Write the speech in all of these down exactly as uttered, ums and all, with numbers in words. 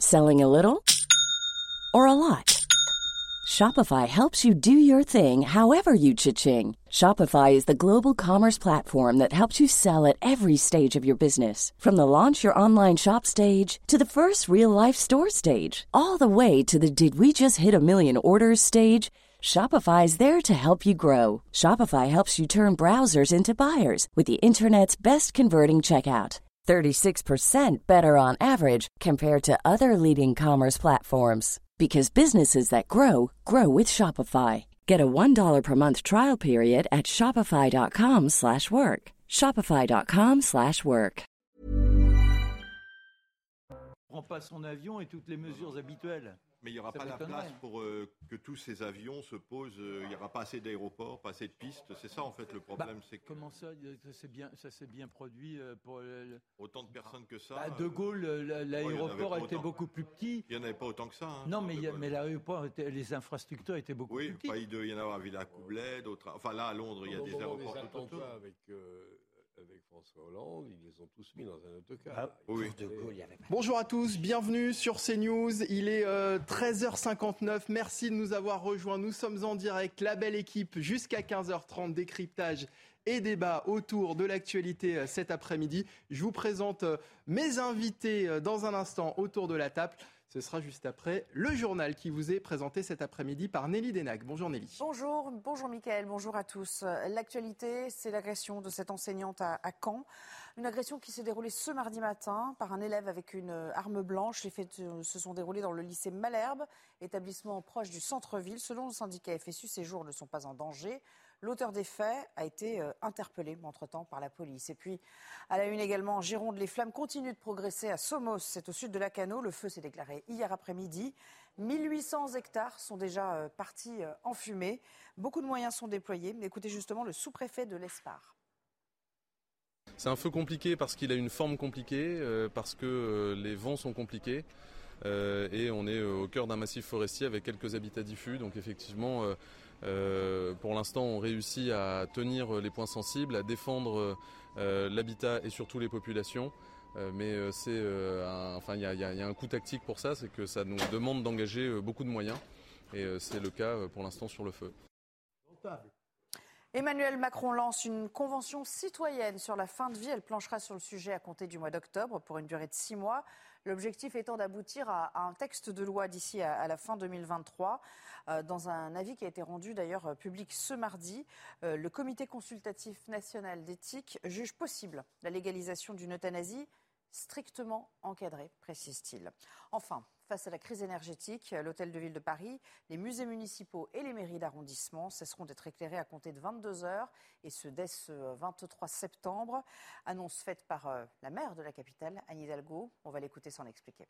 Selling a little or a lot? Shopify helps you do your thing however you cha-ching. Shopify is the global commerce platform that helps you sell at every stage of your business. From the launch your online shop stage to the first real-life store stage, all the way to the did we just hit a million orders stage. Shopify is there to help you grow. Shopify helps you turn browsers into buyers with the internet's best converting checkout. thirty-six percent better on average compared to other leading commerce platforms. Because businesses that grow, grow with Shopify. Get a one dollar per month trial period at shopify.com slash work. Shopify.com slash work. On prend pas son avion et toutes les mesures habituelles. Mais il n'y aura pas la place pour euh, que tous ces avions se posent. Euh, il n'y aura pas assez d'aéroports, pas assez de pistes. C'est ça en fait le problème. Bah, c'est que... Comment ça, ça s'est bien, ça s'est bien produit pour le... Autant de personnes que ça. Bah, de Gaulle, euh, l'aéroport ouais, était autant. beaucoup plus petit. Il n'y en avait pas autant que ça. Hein, non, mais, a, mais l'aéroport, était, les infrastructures étaient beaucoup oui, plus petites. Oui, il doit y en avoir à Villacoublay, d'autres. Enfin là, à Londres, il y a bon, des bon, aéroports les tout autour. Avec, euh, avec François Hollande, ils les ont tous mis dans un autocar. Ah, oui. Bonjour à tous, bienvenue sur CNews. Il est euh, treize heures cinquante-neuf. Merci de nous avoir rejoints. Nous sommes en direct, la belle équipe, jusqu'à quinze heures trente, décryptage et débat autour de l'actualité euh, cet après-midi. Je vous présente euh, mes invités euh, dans un instant autour de la table. Ce sera juste après le journal qui vous est présenté cet après-midi par Nelly Denac. Bonjour Nelly. Bonjour, bonjour Mickaël, bonjour à tous. L'actualité, c'est l'agression de cette enseignante à, à Caen. Une agression qui s'est déroulée ce mardi matin par un élève avec une arme blanche. Les faits se sont déroulés dans le lycée Malherbe, établissement proche du centre-ville. Selon le syndicat F S U, ces jours ne sont pas en danger. L'auteur des faits a été euh, interpellé entre-temps par la police. Et puis, à la une également, en Gironde, les flammes continuent de progresser à Somos, c'est au sud de Lacanau. Le feu s'est déclaré hier après-midi. mille huit cents hectares sont déjà euh, partis euh, en fumée. Beaucoup de moyens sont déployés. Écoutez justement le sous-préfet de l'Espar. C'est un feu compliqué parce qu'il a une forme compliquée, euh, parce que euh, les vents sont compliqués. Euh, et on est au cœur d'un massif forestier avec quelques habitats diffus. Donc effectivement... Euh, Euh, pour l'instant, on réussit à tenir les points sensibles, à défendre euh, l'habitat et surtout les populations. Euh, mais euh, c'est, euh, un, enfin, il y, y, y a un coup tactique pour ça, c'est que ça nous demande d'engager euh, beaucoup de moyens. Et euh, c'est le cas euh, pour l'instant sur le feu. Emmanuel Macron lance une convention citoyenne sur la fin de vie. Elle planchera sur le sujet à compter du mois d'octobre pour une durée de six mois. L'objectif étant d'aboutir à, à un texte de loi d'ici à, à la fin deux mille vingt-trois. Euh, dans un avis qui a été rendu d'ailleurs public ce mardi, euh, le Comité consultatif national d'éthique juge possible la légalisation d'une euthanasie strictement encadrée, précise-t-il. Enfin, face à la crise énergétique, l'Hôtel de Ville de Paris, les musées municipaux et les mairies d'arrondissement cesseront d'être éclairés à compter de vingt-deux heures, et ce dès ce vingt-trois septembre. Annonce faite par euh, la maire de la capitale, Anne Hidalgo. On va l'écouter s'en expliquer.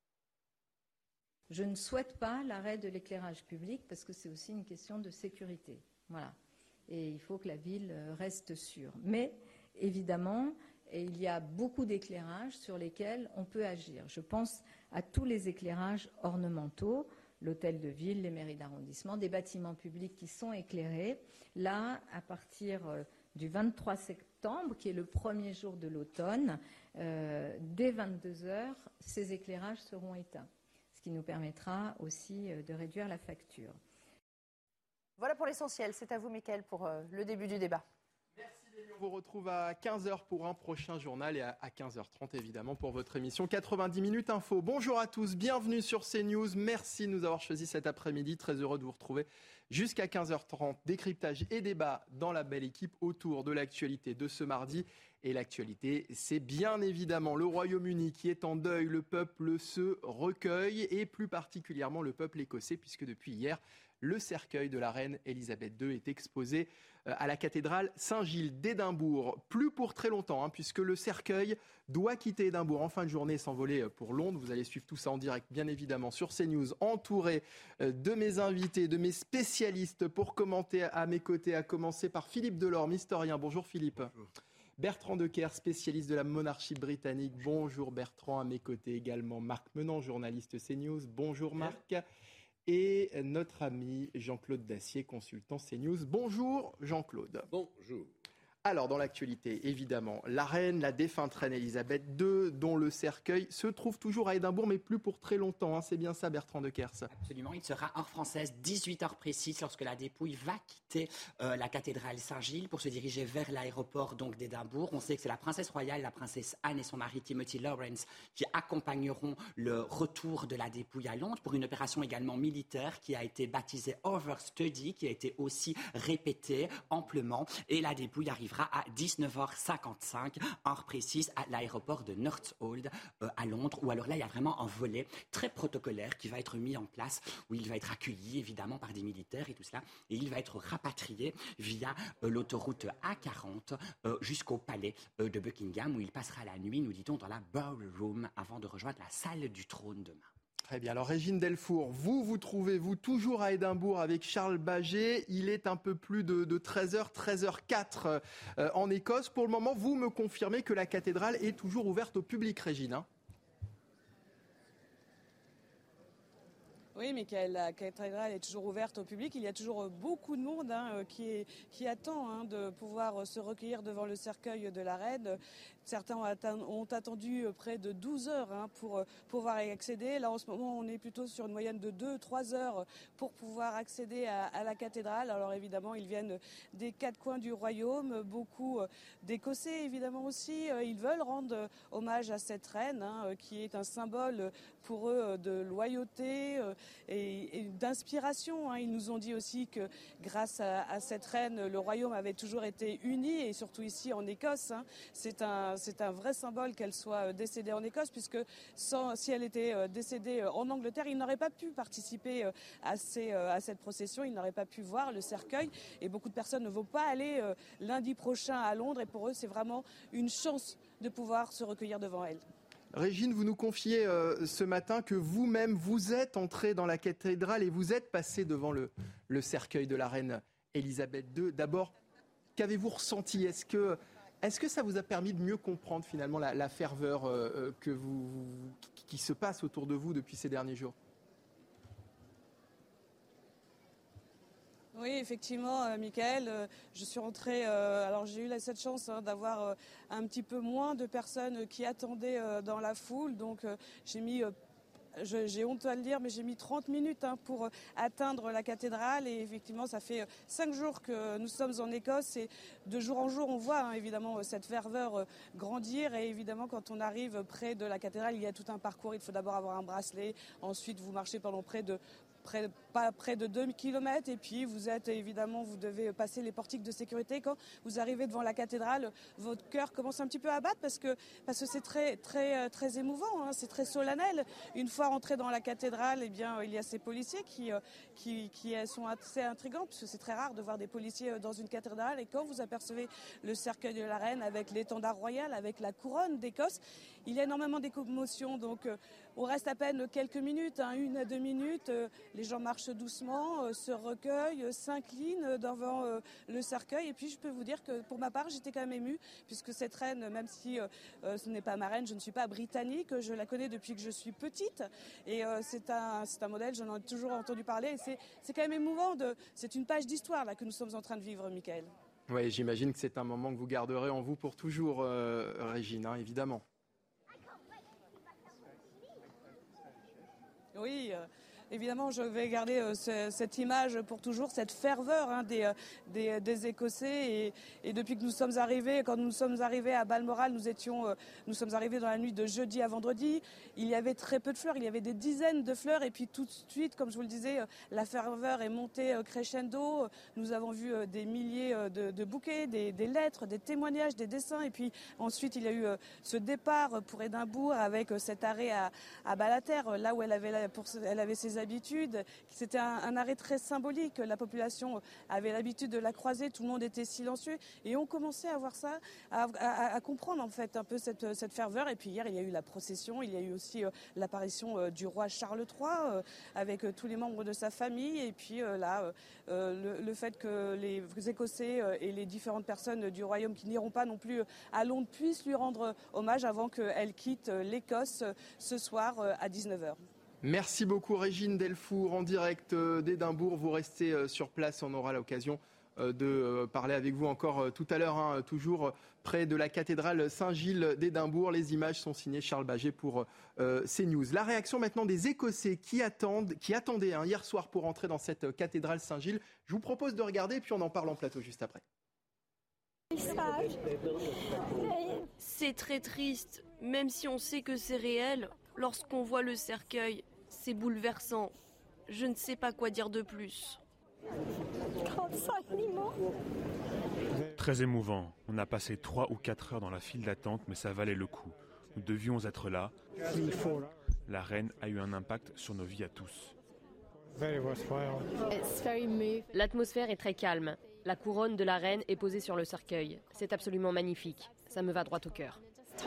Je ne souhaite pas l'arrêt de l'éclairage public parce que c'est aussi une question de sécurité. Voilà. Et il faut que la ville reste sûre. Mais évidemment, il y a beaucoup d'éclairages sur lesquels on peut agir. Je pense à tous les éclairages ornementaux, l'hôtel de ville, les mairies d'arrondissement, des bâtiments publics qui sont éclairés. Là, à partir du vingt-trois septembre, qui est le premier jour de l'automne, euh, dès vingt-deux heures, ces éclairages seront éteints, ce qui nous permettra aussi de réduire la facture. Voilà pour l'essentiel. C'est à vous, Mickaël, pour euh, le début du débat. On vous retrouve à quinze heures pour un prochain journal et à quinze heures trente évidemment pour votre émission quatre-vingt-dix minutes info. Bonjour à tous, bienvenue sur CNews. Merci de nous avoir choisis cet après-midi. Très heureux de vous retrouver jusqu'à quinze heures trente. Décryptage et débat dans la belle équipe autour de l'actualité de ce mardi. Et l'actualité, c'est bien évidemment le Royaume-Uni qui est en deuil. Le peuple se recueille et plus particulièrement le peuple écossais puisque depuis hier, le cercueil de la reine Elisabeth deux est exposé à la cathédrale Saint-Gilles d'Édimbourg. Plus pour très longtemps, hein, puisque le cercueil doit quitter Édimbourg en fin de journée et s'envoler pour Londres. Vous allez suivre tout ça en direct, bien évidemment, sur CNews, entouré de mes invités, de mes spécialistes pour commenter à mes côtés, à commencer par Philippe Delorme, historien. Bonjour Philippe. Bonjour. Bertrand Decker, spécialiste de la monarchie britannique. Bonjour Bertrand, à mes côtés également Marc Menant, journaliste CNews. Bonjour Marc. Et notre ami Jean-Claude Dacier, consultant CNews. Bonjour Jean-Claude. Bonjour. Alors, dans l'actualité, évidemment, la reine, la défunte reine Elisabeth deux, dont le cercueil se trouve toujours à Édimbourg, mais plus pour très longtemps. Hein. C'est bien ça, Bertrand de Kers? Absolument, il sera heure française, dix-huit heures précises, lorsque la dépouille va quitter euh, la cathédrale Saint-Gilles pour se diriger vers l'aéroport donc d'Édimbourg. On sait que c'est la princesse royale, la princesse Anne et son mari Timothy Lawrence qui accompagneront le retour de la dépouille à Londres pour une opération également militaire qui a été baptisée Overstudy, qui a été aussi répétée amplement. Et la dépouille arrivera à dix-neuf heures cinquante-cinq, heure précise, à l'aéroport de Northolt euh, à Londres, où alors là, il y a vraiment un volet très protocolaire qui va être mis en place, où il va être accueilli évidemment par des militaires et tout cela, et il va être rapatrié via euh, l'autoroute A quarante euh, jusqu'au palais euh, de Buckingham, où il passera la nuit, nous dit-on, dans la ballroom, avant de rejoindre la salle du trône demain. Très bien. Alors, Régine Delfour, vous, vous trouvez-vous toujours à Édimbourg avec Charles Baget. Il est un peu plus de, de treize heures, treize heures quatre euh, en Écosse. Pour le moment, vous me confirmez que la cathédrale est toujours ouverte au public, Régine, hein? Oui, Mickaël, la cathédrale est toujours ouverte au public. Il y a toujours beaucoup de monde hein, qui, est, qui attend hein, de pouvoir se recueillir devant le cercueil de la reine. Certains ont attendu près de douze heures hein, pour pouvoir y accéder. Là, en ce moment, on est plutôt sur une moyenne de deux à trois heures pour pouvoir accéder à, à la cathédrale. Alors évidemment, ils viennent des quatre coins du royaume, beaucoup d'Écossais évidemment aussi. Ils veulent rendre hommage à cette reine hein, qui est un symbole pour eux de loyauté et, et d'inspiration. Hein. Ils nous ont dit aussi que grâce à, à cette reine, le royaume avait toujours été uni et surtout ici en Écosse. Hein. C'est un C'est un vrai symbole qu'elle soit décédée en Écosse, puisque sans, si elle était décédée en Angleterre, il n'aurait pas pu participer à, ces, à cette procession, il n'aurait pas pu voir le cercueil. Et beaucoup de personnes ne vont pas aller lundi prochain à Londres. Et pour eux, c'est vraiment une chance de pouvoir se recueillir devant elle. Régine, vous nous confiez euh, ce matin que vous-même, vous êtes entrée dans la cathédrale et vous êtes passée devant le, le cercueil de la reine Elisabeth deux. D'abord, qu'avez-vous ressenti ? Est-ce que... Est-ce que ça vous a permis de mieux comprendre finalement la, la ferveur euh, que vous, vous, qui se passe autour de vous depuis ces derniers jours ? Oui, effectivement, euh, Mickaël, euh, je suis rentrée, euh, alors j'ai eu cette chance hein, d'avoir euh, un petit peu moins de personnes qui attendaient euh, dans la foule, donc euh, j'ai mis... Euh, Je, j'ai honte à le dire, mais j'ai mis trente minutes hein, pour atteindre la cathédrale. Et effectivement, ça fait cinq jours que nous sommes en Écosse. Et de jour en jour, on voit hein, évidemment cette ferveur grandir. Et évidemment, quand on arrive près de la cathédrale, il y a tout un parcours. Il faut d'abord avoir un bracelet. Ensuite, vous marchez pendant près de... Près, pas près de deux kilomètres et puis vous êtes évidemment, vous devez passer les portiques de sécurité. Quand vous arrivez devant la cathédrale, votre cœur commence un petit peu à battre parce que parce que c'est très très très émouvant, hein, c'est très solennel. Une fois rentré dans la cathédrale, eh bien il y a ces policiers qui qui qui sont assez intrigants parce que c'est très rare de voir des policiers dans une cathédrale. Et quand vous apercevez le cercueil de la reine avec l'étendard royal, avec la couronne d'Écosse, il y a énormément d'émotions. Donc on reste à peine quelques minutes, hein, une à deux minutes. Les gens marchent doucement, euh, se recueillent, euh, s'inclinent devant euh, le cercueil. Et puis je peux vous dire que pour ma part, j'étais quand même émue, puisque cette reine, même si euh, euh, ce n'est pas ma reine, je ne suis pas britannique, je la connais depuis que je suis petite. Et euh, c'est, un, c'est un modèle, j'en ai toujours entendu parler. Et c'est, c'est quand même émouvant, de, c'est une page d'histoire là, que nous sommes en train de vivre, Mickaël. Oui, j'imagine que c'est un moment que vous garderez en vous pour toujours, euh, Régine, hein, évidemment. Oui, euh, évidemment, je vais garder euh, ce, cette image pour toujours, cette ferveur hein, des, des, des Écossais. Et, et depuis que nous sommes arrivés, quand nous sommes arrivés à Balmoral, nous étions, euh, nous sommes arrivés dans la nuit de jeudi à vendredi. Il y avait très peu de fleurs, il y avait des dizaines de fleurs. Et puis tout de suite, comme je vous le disais, euh, la ferveur est montée euh, crescendo. Nous avons vu euh, des milliers euh, de, de bouquets, des, des lettres, des témoignages, des dessins. Et puis ensuite, il y a eu euh, ce départ pour Édimbourg avec euh, cet arrêt à, à Ballater, là où elle avait, la, pour, elle avait ses habitudes. C'était un, un arrêt très symbolique. La population avait l'habitude de la croiser, tout le monde était silencieux. Et on commençait à voir ça, à, à, à comprendre en fait un peu cette, cette ferveur. Et puis hier, il y a eu la procession, il y a eu aussi euh, l'apparition euh, du roi Charles trois euh, avec euh, tous les membres de sa famille. Et puis euh, là, euh, le, le fait que les Écossais euh, et les différentes personnes du royaume qui n'iront pas non plus à Londres puissent lui rendre hommage avant qu'elle quitte l'Écosse ce soir euh, à dix-neuf heures. Merci beaucoup Régine Delfour en direct d'Édimbourg. Vous restez sur place, on aura l'occasion euh, de euh, parler avec vous encore euh, tout à l'heure, hein, toujours près de la cathédrale Saint-Gilles d'Édimbourg. Les images sont signées Charles Baget pour euh, CNews. La réaction maintenant des Écossais qui attendent, qui attendaient hein, hier soir pour entrer dans cette cathédrale Saint-Gilles. Je vous propose de regarder, puis on en parle en plateau juste après. C'est très triste, même si on sait que c'est réel. Lorsqu'on voit le cercueil, c'est bouleversant. Je ne sais pas quoi dire de plus. Très émouvant. On a passé trois ou quatre heures dans la file d'attente, mais ça valait le coup. Nous devions être là. La reine a eu un impact sur nos vies à tous. L'atmosphère est très calme. La couronne de la reine est posée sur le cercueil. C'est absolument magnifique. Ça me va droit au cœur.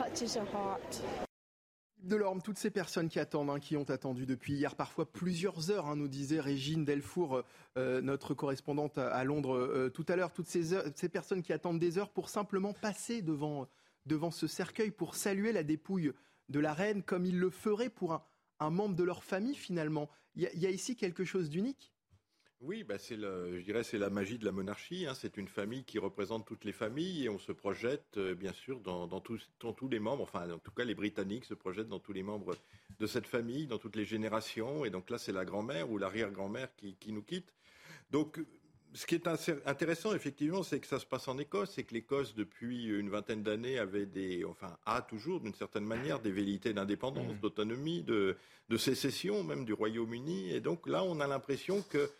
Delorme, toutes ces personnes qui attendent, hein, qui ont attendu depuis hier parfois plusieurs heures, hein, nous disait Régine Delfour, euh, notre correspondante à, à Londres euh, tout à l'heure, toutes ces, heures, ces personnes qui attendent des heures pour simplement passer devant, devant ce cercueil, pour saluer la dépouille de la reine comme ils le feraient pour un, un membre de leur famille finalement. Il y, y a ici quelque chose d'unique ? Oui, bah c'est le, je dirais c'est la magie de la monarchie. Hein. C'est une famille qui représente toutes les familles et on se projette euh, bien sûr dans, dans, tous, dans tous les membres, enfin en tout cas les Britanniques se projettent dans tous les membres de cette famille, dans toutes les générations. Et donc là c'est la grand-mère ou l'arrière-grand-mère qui, qui nous quitte. Donc ce qui est intéressant effectivement, c'est que ça se passe en Écosse, c'est que l'Écosse depuis une vingtaine d'années avait des, enfin a toujours d'une certaine manière des velléités d'indépendance, mmh. d'autonomie, de, de sécession même du Royaume-Uni. Et donc là on a l'impression que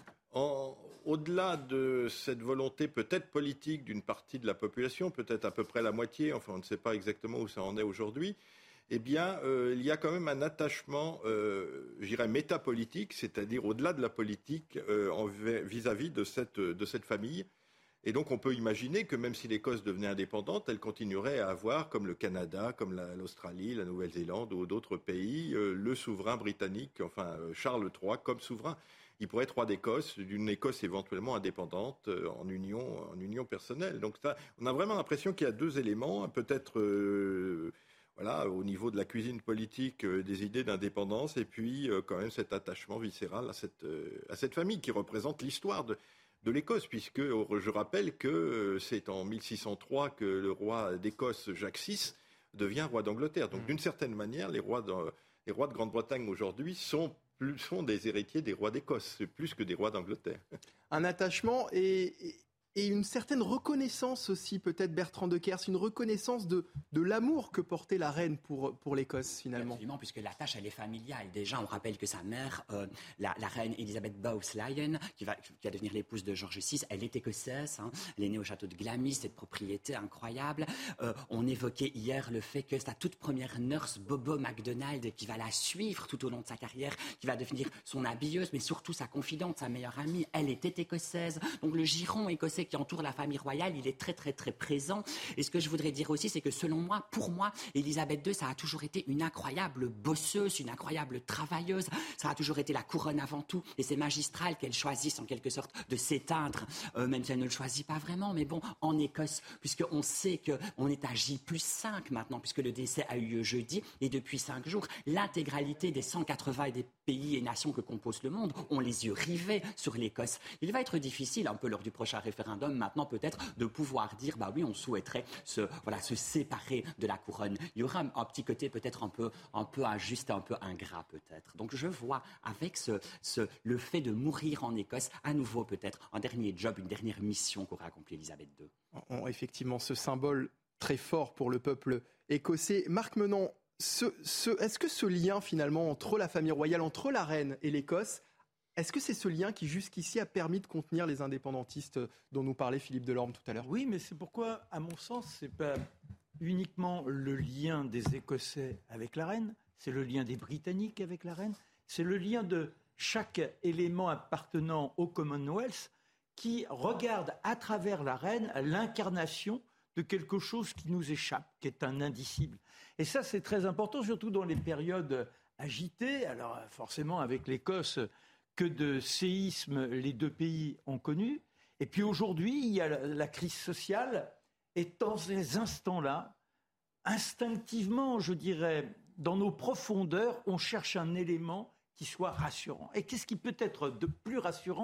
En, au-delà de cette volonté peut-être politique d'une partie de la population, peut-être à peu près la moitié, enfin on ne sait pas exactement où ça en est aujourd'hui, eh bien euh, il y a quand même un attachement, euh, je dirais, métapolitique, c'est-à-dire au-delà de la politique euh, en, vis-à-vis de cette, de cette famille. Et donc on peut imaginer que même si l'Écosse devenait indépendante, elle continuerait à avoir, comme le Canada, comme la, l'Australie, la Nouvelle-Zélande ou d'autres pays, euh, le souverain britannique, enfin euh, Charles trois, comme souverain. Il pourrait être roi d'Écosse, d'une Écosse éventuellement indépendante, euh, en union, en union personnelle. Donc ça, on a vraiment l'impression qu'il y a deux éléments, peut-être euh, voilà, au niveau de la cuisine politique, euh, des idées d'indépendance, et puis euh, quand même cet attachement viscéral à cette, euh, à cette famille qui représente l'histoire de, de l'Écosse, puisque je rappelle que euh, c'est en mille six cent trois que le roi d'Écosse, Jacques six, devient roi d'Angleterre. Donc d'une certaine manière, les rois de, les rois de Grande-Bretagne aujourd'hui sont sont des héritiers des rois d'Écosse, plus que des rois d'Angleterre. Un attachement et, et une certaine reconnaissance aussi, peut-être Bertrand de Kers, une reconnaissance de, de l'amour que portait la reine pour, pour l'Écosse finalement. Absolument, puisque la tâche elle est familiale. Déjà, on rappelle que sa mère, euh, la, la reine Elisabeth Bowes-Lyon, qui va, qui va devenir l'épouse de George six, elle est écossaise. Hein. Elle est née au château de Glamis, cette propriété incroyable. Euh, on évoquait hier le fait que sa toute première nurse, Bobo MacDonald, qui va la suivre tout au long de sa carrière, qui va devenir son habilleuse, mais surtout sa confidente, sa meilleure amie, elle était écossaise. Donc le giron écossais qui entoure la famille royale, il est très très très présent. Et ce que je voudrais dire aussi, c'est que selon moi, pour moi, Elisabeth deux, ça a toujours été une incroyable bosseuse, une incroyable travailleuse. Ça a toujours été la couronne avant tout. Et c'est magistral qu'elle choisisse en quelque sorte de s'éteindre, euh, même si elle ne le choisit pas vraiment. Mais bon, en Écosse, puisqu'on sait qu'on est à J plus cinq maintenant, puisque le décès a eu lieu jeudi, et depuis cinq jours, l'intégralité des cent quatre-vingts des pays et nations que compose le monde ont les yeux rivés sur l'Écosse. Il va être difficile, un peu lors du prochain référendum, maintenant peut-être, de pouvoir dire, bah oui, on souhaiterait se, voilà, se séparer de la couronne. Il y aura un, un petit côté peut-être un peu, un peu injuste, un peu ingrat peut-être. Donc je vois avec ce, ce, le fait de mourir en Écosse, à nouveau peut-être un dernier job, une dernière mission qu'aurait accompli Elisabeth deux. On, effectivement, ce symbole très fort pour le peuple écossais. Marc Menon, ce, ce, est-ce que ce lien finalement entre la famille royale, entre la reine et l'Écosse, est-ce que c'est ce lien qui jusqu'ici a permis de contenir les indépendantistes dont nous parlait Philippe Delorme tout à l'heure ? Oui, mais c'est pourquoi, à mon sens, ce n'est pas uniquement le lien des Écossais avec la reine, c'est le lien des Britanniques avec la reine, c'est le lien de chaque élément appartenant au Commonwealth qui regarde à travers la reine l'incarnation de quelque chose qui nous échappe, qui est un indicible. Et ça, c'est très important, surtout dans les périodes agitées. Alors forcément, avec l'Écosse, que de séismes les deux pays ont connu. Et puis aujourd'hui, il y a la, la crise sociale. Et dans ces instants-là, instinctivement, je dirais, dans nos profondeurs, on cherche un élément qui soit rassurant. Et qu'est-ce qui peut être de plus rassurant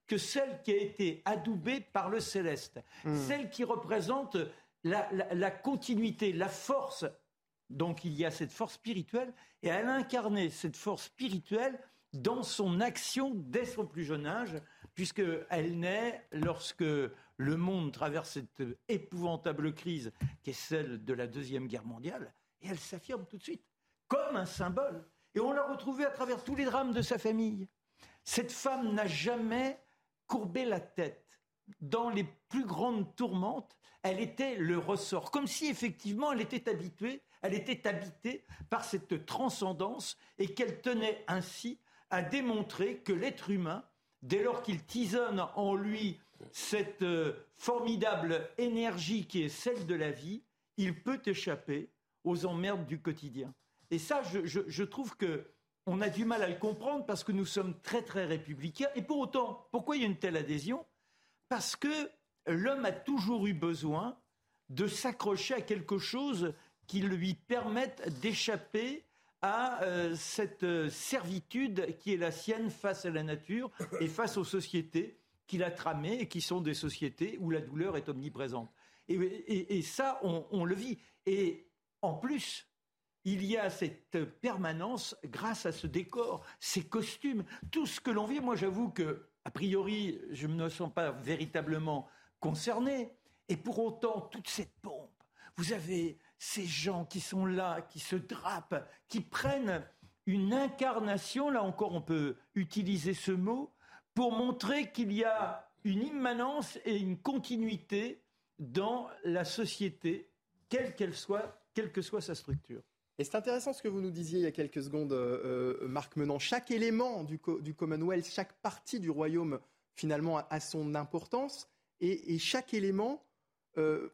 que celle qui a été adoubée par le céleste, mmh. celle qui représente la, la, la continuité, la force. Donc il y a cette force spirituelle, et elle a incarné cette force spirituelle dans son action dès son plus jeune âge, puisqu'elle naît lorsque le monde traverse cette épouvantable crise qui est celle de la Deuxième Guerre mondiale, et elle s'affirme tout de suite comme un symbole. Et on l'a retrouvée à travers tous les drames de sa famille. Cette femme n'a jamais courbé la tête. Dans les plus grandes tourmentes, elle était le ressort, comme si effectivement elle était habituée, elle était habitée par cette transcendance et qu'elle tenait ainsi à démontrer que l'être humain, dès lors qu'il tisonne en lui cette euh, formidable énergie qui est celle de la vie, il peut échapper aux emmerdes du quotidien. Et ça, je, je, je trouve qu'on a du mal à le comprendre parce que nous sommes très très républicains. Et pour autant, pourquoi il y a une telle adhésion ? Parce que l'homme a toujours eu besoin de s'accrocher à quelque chose qui lui permette d'échapper à euh, cette euh, servitude qui est la sienne face à la nature et face aux sociétés qu'il a tramées et qui sont des sociétés où la douleur est omniprésente. Et, et, et ça, on, on le vit. Et en plus, il y a cette permanence grâce à ce décor, ces costumes, tout ce que l'on vit. Moi, j'avoue que, a priori, je ne me sens pas véritablement concerné. Et pour autant, toute cette pompe, vous avez ces gens qui sont là, qui se drapent, qui prennent une incarnation, là encore on peut utiliser ce mot, pour montrer qu'il y a une immanence et une continuité dans la société, quelle qu'elle soit, quelle que soit sa structure. Et c'est intéressant ce que vous nous disiez il y a quelques secondes, euh, Marc Menant. Chaque élément du, co- du Commonwealth, chaque partie du royaume, finalement, a, a son importance. Et, et chaque élément euh,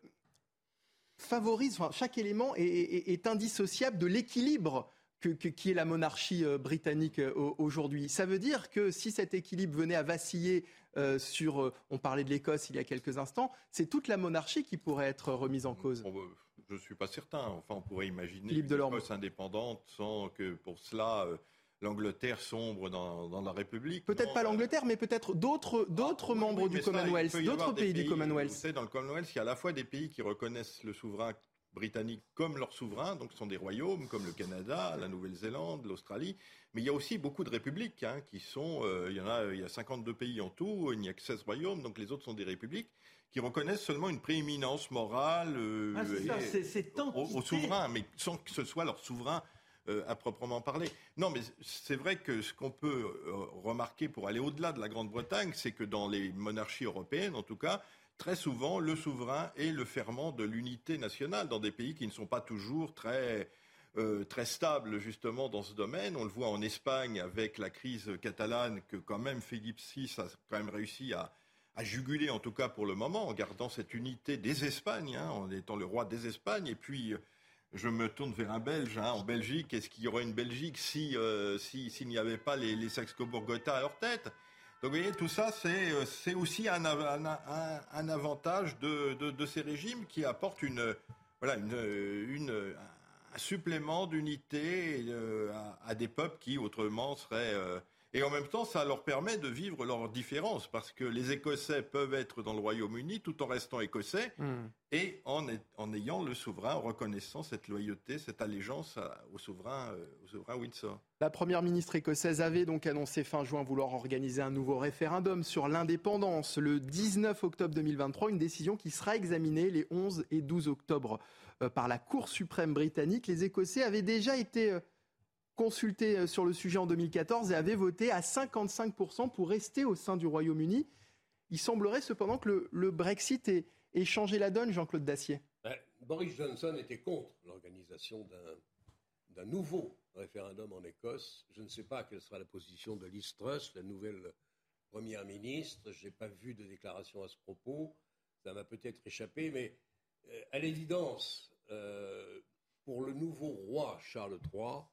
favorise, enfin, chaque élément est, est, est indissociable de l'équilibre que, que, qui est la monarchie euh, britannique euh, aujourd'hui. Ça veut dire que si cet équilibre venait à vaciller euh, sur, euh, on parlait de l'Écosse il y a quelques instants, c'est toute la monarchie qui pourrait être remise en cause. On, je ne suis pas certain. Enfin, on pourrait imaginer une Écosse indépendante sans que pour cela euh, l'Angleterre sombre dans, dans la République. Peut-être non, pas l'Angleterre, mais peut-être d'autres, d'autres ah, membres oui, oui, du Commonwealth, ça, d'autres pays, pays du Commonwealth. Vous savez, dans le Commonwealth, il y a à la fois des pays qui reconnaissent le souverain britannique comme leur souverain, donc ce sont des royaumes comme le Canada, la Nouvelle-Zélande, l'Australie, mais il y a aussi beaucoup de républiques hein, qui sont, euh, il y en a, il y a cinquante-deux pays en tout, il n'y a que seize royaumes, donc les autres sont des républiques qui reconnaissent seulement une prééminence morale euh, ah, c'est ça, c'est, c'est au, au souverain, mais sans que ce soit leur souverain euh, à proprement parler. Non, mais c'est vrai que ce qu'on peut euh, remarquer pour aller au-delà de la Grande-Bretagne, c'est que dans les monarchies européennes, en tout cas, très souvent, le souverain est le ferment de l'unité nationale dans des pays qui ne sont pas toujours très, euh, très stables, justement, dans ce domaine. On le voit en Espagne avec la crise catalane que, quand même, Philippe six a quand même réussi à, à juguler, en tout cas pour le moment, en gardant cette unité des Espagnes, hein, en étant le roi des Espagnes. Et puis, je me tourne vers un Belge. Hein, en Belgique, est-ce qu'il y aurait une Belgique si, euh, si, s'il n'y avait pas les, les Saxe-Cobourg-Gotha à leur tête ? Donc vous voyez, tout ça, c'est, c'est aussi un, un, un, un avantage de, de, de ces régimes qui apportent une, voilà, une, une, un supplément d'unité euh, à, à des peuples qui autrement seraient... Euh, et en même temps, ça leur permet de vivre leurs différences, parce que les Écossais peuvent être dans le Royaume-Uni tout en restant Écossais, mmh. et en, en ayant le souverain, en reconnaissant cette loyauté, cette allégeance à, au, souverain, euh, au souverain Windsor. La première ministre écossaise avait donc annoncé fin juin vouloir organiser un nouveau référendum sur l'indépendance le dix-neuf octobre deux mille vingt-trois, une décision qui sera examinée les onze et douze octobre euh, par la Cour suprême britannique. Les Écossais avaient déjà été... Euh, consulté sur le sujet en deux mille quatorze et avait voté à cinquante-cinq pour cent pour rester au sein du Royaume-Uni. Il semblerait cependant que le, le Brexit ait, ait changé la donne, Jean-Claude Dacier. Ben, Boris Johnson était contre l'organisation d'un, d'un nouveau référendum en Écosse. Je ne sais pas quelle sera la position de Liz Truss, la nouvelle première ministre. Je n'ai pas vu de déclaration à ce propos. Ça m'a peut-être échappé, mais euh, à l'évidence, euh, pour le nouveau roi Charles trois,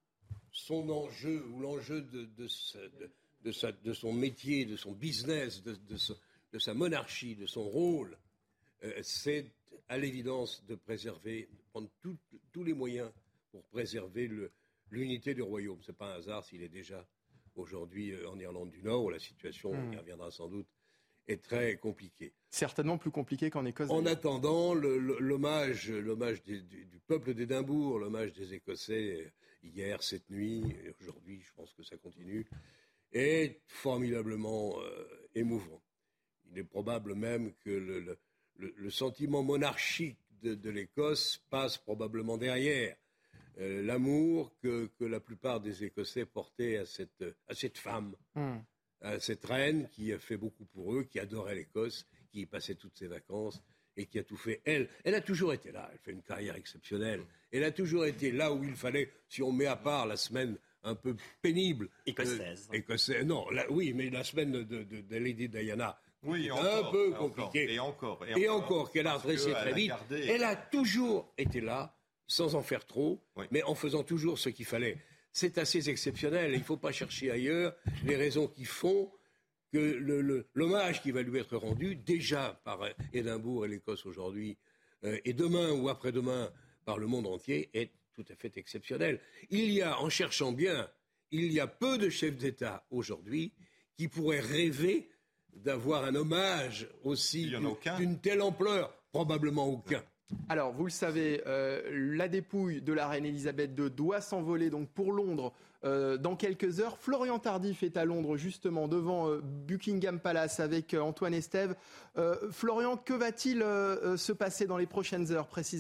son enjeu ou l'enjeu de, de, de, de, sa, de son métier, de son business, de, de, sa, de sa monarchie, de son rôle, euh, c'est à l'évidence de préserver, de prendre tout, tous les moyens pour préserver le, l'unité du royaume. Ce n'est pas un hasard s'il est déjà aujourd'hui en Irlande du Nord, où la situation, mmh. on y reviendra sans doute, est très compliquée. Certainement plus compliquée qu'en Écosse. En attendant, le, le, l'hommage, l'hommage des, du, du peuple d'Édimbourg, l'hommage des Écossais, hier, cette nuit, et aujourd'hui, je pense que ça continue, est formidablement euh, émouvant. Il est probable même que le, le, le, le sentiment monarchique de, de l'Écosse passe probablement derrière euh, l'amour que, que la plupart des Écossais portaient à cette, à cette femme, mmh. à cette reine qui a fait beaucoup pour eux, qui adorait l'Écosse, qui y passait toutes ses vacances et qui a tout fait. Elle, elle a toujours été là, elle fait une carrière exceptionnelle. Elle a toujours été là où il fallait, si on met à part la semaine un peu pénible. Écossaise. Euh, écossaise, non, la, oui, mais la semaine de, de, de Lady Diana, oui, un encore, peu et compliquée. Encore, et encore. Et, et encore, encore qu'elle a redressé très vite. Gardé... Elle a toujours été là, sans en faire trop, oui. mais en faisant toujours ce qu'il fallait. C'est assez exceptionnel. Il ne faut pas chercher ailleurs les raisons qui font que le, le, l'hommage qui va lui être rendu, déjà par Édimbourg et l'Écosse aujourd'hui, euh, et demain ou après-demain par le monde entier, est tout à fait exceptionnel. Il y a, en cherchant bien, il y a peu de chefs d'État aujourd'hui qui pourraient rêver d'avoir un hommage aussi d'une, d'une telle ampleur. Probablement aucun. Alors, vous le savez, euh, la dépouille de la reine Elisabeth deux doit s'envoler donc pour Londres euh, dans quelques heures. Florian Tardif est à Londres, justement, devant euh, Buckingham Palace avec euh, Antoine Estève. Euh, Florian, que va-t-il euh, se passer dans les prochaines heures, précisément ?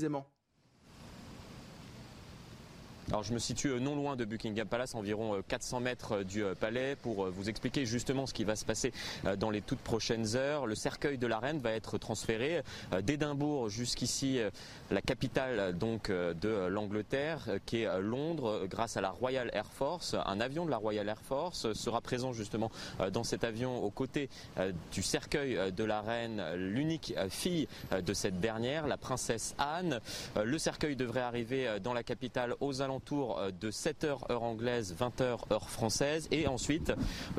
Alors je me situe non loin de Buckingham Palace, environ quatre cents mètres du palais, pour vous expliquer justement ce qui va se passer dans les toutes prochaines heures. Le cercueil de la reine va être transféré d'Édimbourg jusqu'ici, la capitale donc de l'Angleterre, qui est Londres, grâce à la Royal Air Force. Un avion de la Royal Air Force sera présent justement dans cet avion aux côtés du cercueil de la reine, l'unique fille de cette dernière, la princesse Anne. Le cercueil devrait arriver dans la capitale aux alentours de sept heures heure anglaise, vingt heures heure française, et ensuite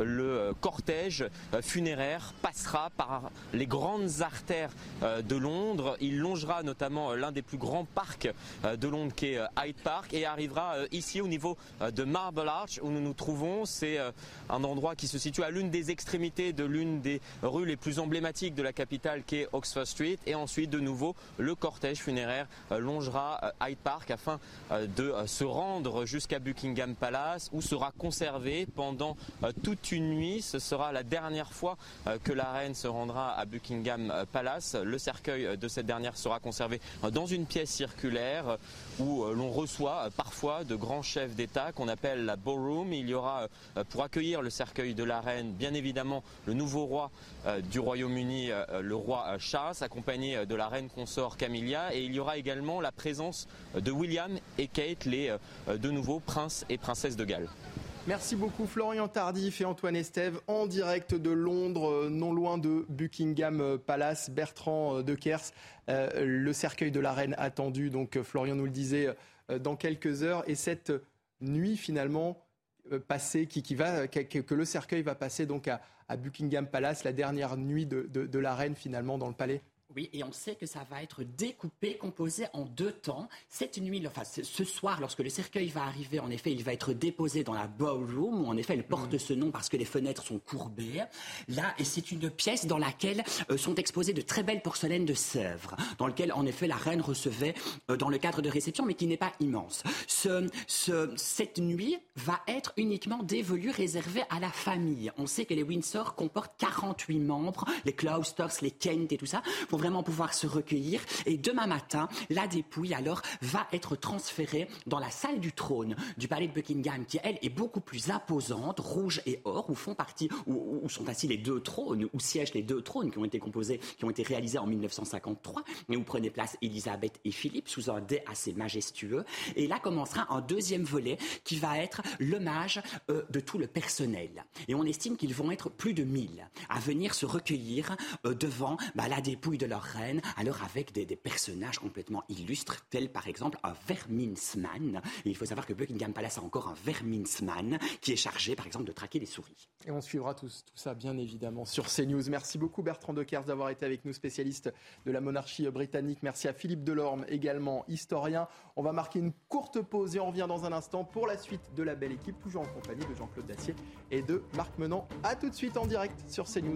le cortège funéraire passera par les grandes artères de Londres. Il longera notamment l'un des plus grands parcs de Londres qui est Hyde Park et arrivera ici au niveau de Marble Arch où nous nous trouvons. C'est un endroit qui se situe à l'une des extrémités de l'une des rues les plus emblématiques de la capitale qui est Oxford Street, et ensuite de nouveau le cortège funéraire longera Hyde Park afin de se rendre jusqu'à Buckingham Palace où sera conservé pendant euh, toute une nuit. Ce sera la dernière fois euh, que la reine se rendra à Buckingham Palace. Le cercueil de cette dernière sera conservé euh, dans une pièce circulaire euh, où euh, l'on reçoit euh, parfois de grands chefs d'État qu'on appelle la ballroom. Il y aura euh, pour accueillir le cercueil de la reine bien évidemment le nouveau roi euh, du Royaume-Uni, euh, le roi Charles, accompagné de la reine consort Camilla, et il y aura également la présence de William et Kate, les de nouveau princes et princesses de Galles. Merci beaucoup Florian Tardif et Antoine Estève en direct de Londres, non loin de Buckingham Palace. Bertrand Dekers, euh, le cercueil de la reine attendu, donc Florian nous le disait, euh, dans quelques heures, et cette nuit finalement euh, passée, qui, qui va, que, que le cercueil va passer donc à, à Buckingham Palace, la dernière nuit de, de, de la reine finalement dans le palais. Oui, et on sait que ça va être découpé, composé en deux temps. Cette nuit, enfin ce soir, lorsque le cercueil va arriver, en effet, il va être déposé dans la ballroom, où en effet, elle porte mmh. ce nom parce que les fenêtres sont courbées. Là, et c'est une pièce dans laquelle euh, sont exposées de très belles porcelaines de Sèvres, dans lequel, en effet, la reine recevait euh, dans le cadre de réception, mais qui n'est pas immense. Ce, ce, cette nuit va être uniquement dévolue, réservée à la famille. On sait que les Windsor comportent quarante-huit membres, les Clousters, les Kent et tout ça, pour vraiment pouvoir se recueillir. Et demain matin, la dépouille alors va être transférée dans la salle du trône du palais de Buckingham, qui elle est beaucoup plus imposante, rouge et or, où font partie, où, où sont assis les deux trônes, où siègent les deux trônes qui ont été composés, qui ont été réalisés en mille neuf cent cinquante-trois, et où prenaient place Élisabeth et Philippe sous un dais assez majestueux. Et là commencera un deuxième volet qui va être l'hommage euh, de tout le personnel. Et on estime qu'ils vont être plus de mille à venir se recueillir euh, devant bah, la dépouille de leur reine, alors avec des, des personnages complètement illustres, tels par exemple un Verminsman. Et il faut savoir que Buckingham Palace a encore un Verminsman qui est chargé par exemple de traquer les souris. Et on suivra tout, tout ça bien évidemment sur CNews. Merci beaucoup Bertrand Deckercq d'avoir été avec nous, spécialiste de la monarchie britannique. Merci à Philippe Delorme, également historien. On va marquer une courte pause et on revient dans un instant pour la suite de la belle équipe, toujours en compagnie de Jean-Claude Dacier et de Marc Menant. A tout de suite en direct sur CNews.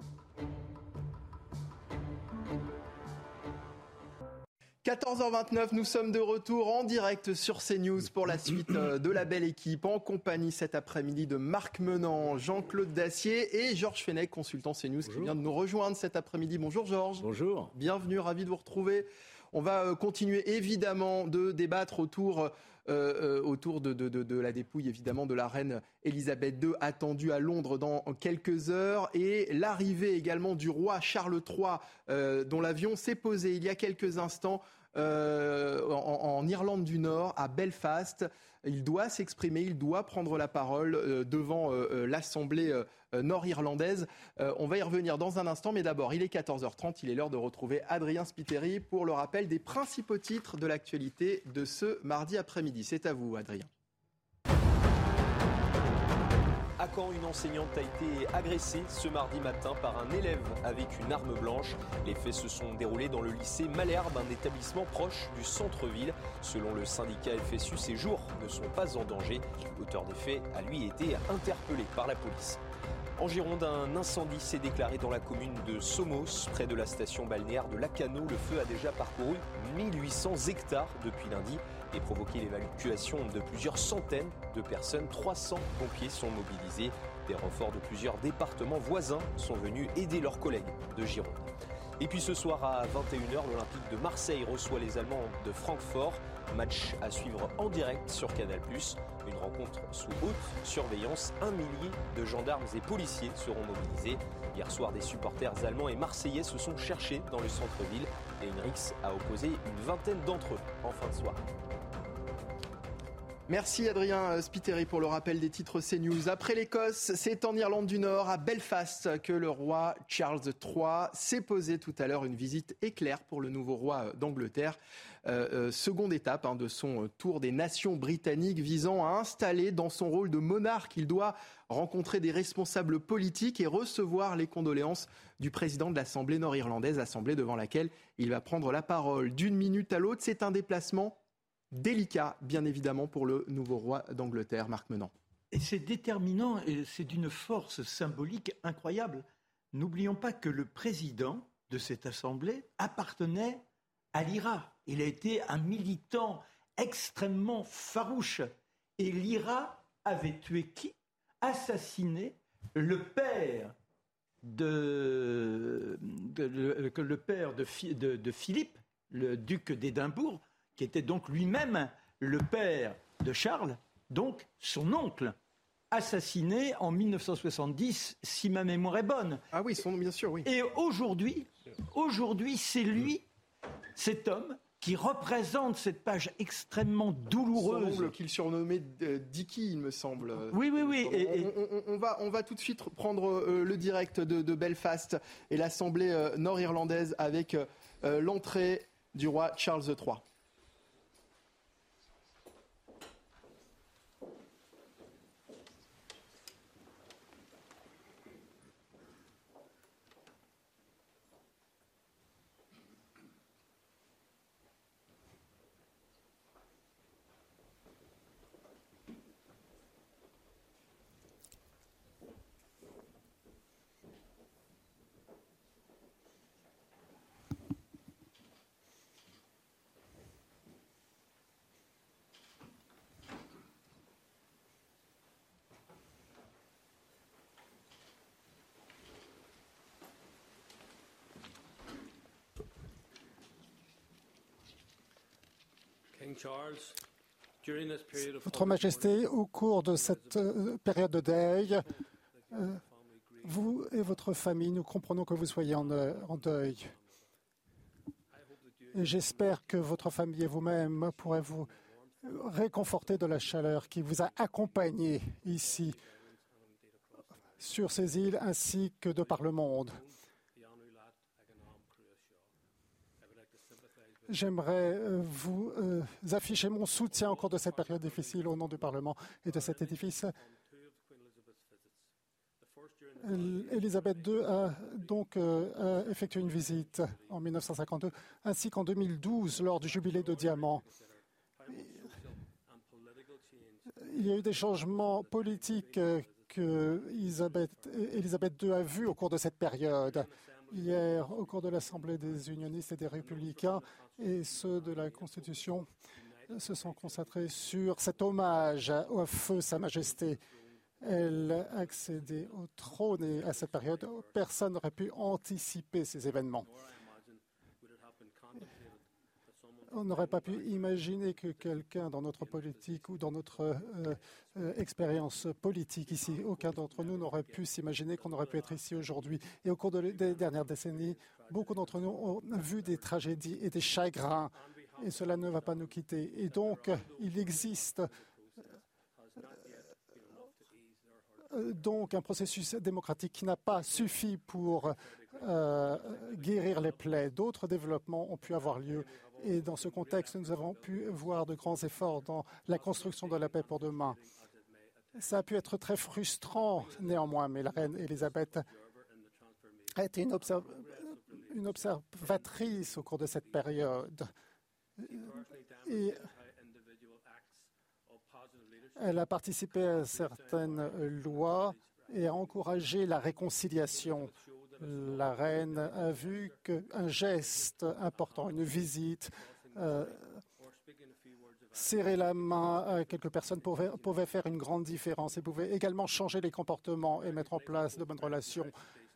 quatorze heures vingt-neuf, nous sommes de retour en direct sur CNews pour la suite de la belle équipe, en compagnie cet après-midi de Marc Menant, Jean-Claude Dacier et Georges Fenech, consultant CNews. Bonjour. Qui vient de nous rejoindre cet après-midi. Bonjour Georges. Bonjour. Bienvenue, ravi de vous retrouver. On va continuer évidemment de débattre autour, euh, autour de, de, de, de la dépouille évidemment de la reine Elisabeth deux, attendue à Londres dans quelques heures, et l'arrivée également du roi Charles trois, euh, dont l'avion s'est posé il y a quelques instants euh, en, en Irlande du Nord, à Belfast. Il doit s'exprimer, il doit prendre la parole euh, devant euh, l'Assemblée euh, nord-irlandaise. Euh, on va y revenir dans un instant, mais d'abord, il est quatorze heures trente, il est l'heure de retrouver Adrien Spiteri pour le rappel des principaux titres de l'actualité de ce mardi après-midi. C'est à vous, Adrien. À Caen, une enseignante a été agressée ce mardi matin par un élève avec une arme blanche. Les faits se sont déroulés dans le lycée Malherbe, un établissement proche du centre-ville. Selon le syndicat F S U, ces jours ne sont pas en danger. L'auteur des faits a lui été interpellé par la police. En Gironde, un incendie s'est déclaré dans la commune de Somos, près de la station balnéaire de Lacanau. Le feu a déjà parcouru mille huit cents hectares depuis lundi et provoqué l'évacuation de plusieurs centaines de personnes. trois cents pompiers sont mobilisés. Des renforts de plusieurs départements voisins sont venus aider leurs collègues de Gironde. Et puis ce soir à vingt et une heures, l'Olympique de Marseille reçoit les Allemands de Francfort. Match à suivre en direct sur Canal plus. Une rencontre sous haute surveillance. Un millier de gendarmes et policiers seront mobilisés. Hier soir, des supporters allemands et marseillais se sont cherchés dans le centre-ville et une rixe a opposé une vingtaine d'entre eux en fin de soirée. Merci Adrien Spiteri pour le rappel des titres CNews. Après l'Écosse, c'est en Irlande du Nord, à Belfast, que le roi Charles trois s'est posé tout à l'heure. Une visite éclair pour le nouveau roi d'Angleterre. Euh, euh, seconde étape hein, de son tour des nations britanniques visant à installer dans son rôle de monarque. Il doit rencontrer des responsables politiques et recevoir les condoléances du président de l'Assemblée nord-irlandaise, assemblée devant laquelle il va prendre la parole d'une minute à l'autre. C'est un déplacement délicat, bien évidemment, pour le nouveau roi d'Angleterre, Marc Menant. Et c'est déterminant et c'est d'une force symbolique incroyable. N'oublions pas que le président de cette assemblée appartenait à l'I R A. Il a été un militant extrêmement farouche. Et l'I R A avait tué qui ? Assassiné le père de, de, le, le père de, de, de Philippe, le duc d'Édimbourg, qui était donc lui-même le père de Charles, donc son oncle, assassiné en mille neuf cent soixante-dix, si ma mémoire est bonne. Ah oui, son, bien sûr, oui. Et aujourd'hui, aujourd'hui, c'est lui, cet homme, qui représente cette page extrêmement douloureuse. Son oncle qu'il surnommait Dicky, il me semble. Oui, oui, oui. Et, et... On, on, on, va, on va tout de suite prendre euh, le direct de, de Belfast et l'Assemblée euh, nord-irlandaise avec euh, l'entrée du roi Charles trois. Votre Majesté, au cours de cette période de deuil, euh, vous et votre famille, nous comprenons que vous soyez en, en deuil. Et j'espère que votre famille et vous-même pourrez vous réconforter de la chaleur qui vous a accompagné ici, sur ces îles, ainsi que de par le monde. j'aimerais euh, vous euh, afficher mon soutien au cours de cette période difficile au nom du Parlement et de cet édifice. Élisabeth deux a donc euh, a effectué une visite en mille neuf cent cinquante-deux, ainsi qu'en deux mille douze, lors du jubilé de diamant. Il y a eu des changements politiques que Élisabeth deux a vus au cours de cette période. Hier, au cours de l'Assemblée des unionistes et des républicains et ceux de la Constitution, se sont concentrés sur cet hommage au feu Sa Majesté. Elle a accédé au trône et à cette période, personne n'aurait pu anticiper ces événements. On n'aurait pas pu imaginer que quelqu'un dans notre politique ou dans notre euh, euh, expérience politique ici, aucun d'entre nous n'aurait pu s'imaginer qu'on aurait pu être ici aujourd'hui. Et au cours de, des dernières décennies, beaucoup d'entre nous ont vu des tragédies et des chagrins, et cela ne va pas nous quitter. Et donc, il existe donc un processus démocratique qui n'a pas suffi pour euh, guérir les plaies. D'autres développements ont pu avoir lieu. Et dans ce contexte, nous avons pu voir de grands efforts dans la construction de la paix pour demain. Ça a pu être très frustrant, néanmoins, mais la reine Élisabeth a été une, observ une observatrice au cours de cette période. Et elle a participé à certaines lois et a encouragé la réconciliation. La reine a vu qu'un geste important, une visite, euh, serrer la main à quelques personnes pouvait, pouvait faire une grande différence et pouvait également changer les comportements et mettre en place de bonnes relations.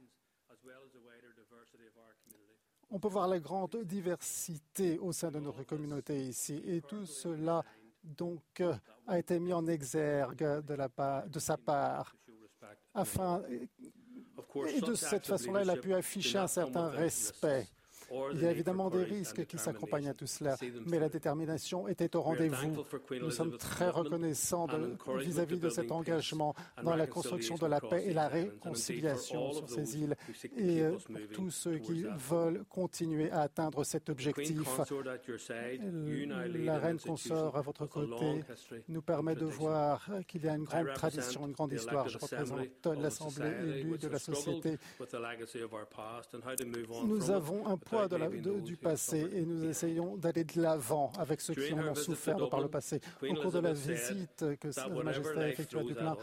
On peut voir la grande diversité au sein de notre communauté ici et tout cela donc a été mis en exergue de, la part, de sa part afin et de cette façon-là, elle a pu afficher un certain respect. Il y a évidemment des risques qui s'accompagnent à tout cela, mais la détermination était au rendez-vous. Nous sommes très reconnaissants vis-à-vis de, -vis de cet engagement dans la construction de la paix et la réconciliation sur ces îles, et pour tous ceux qui veulent continuer à atteindre cet objectif. La reine consort à votre côté nous permet de voir qu'il y a une grande tradition, une grande histoire. Je représente l'Assemblée élue de la société. Nous avons un poids De la, de, du passé et nous essayons d'aller de l'avant avec ceux qui en ont souffert de par le passé. Au cours de la visite que Sa Majesté a effectuée à Dublin,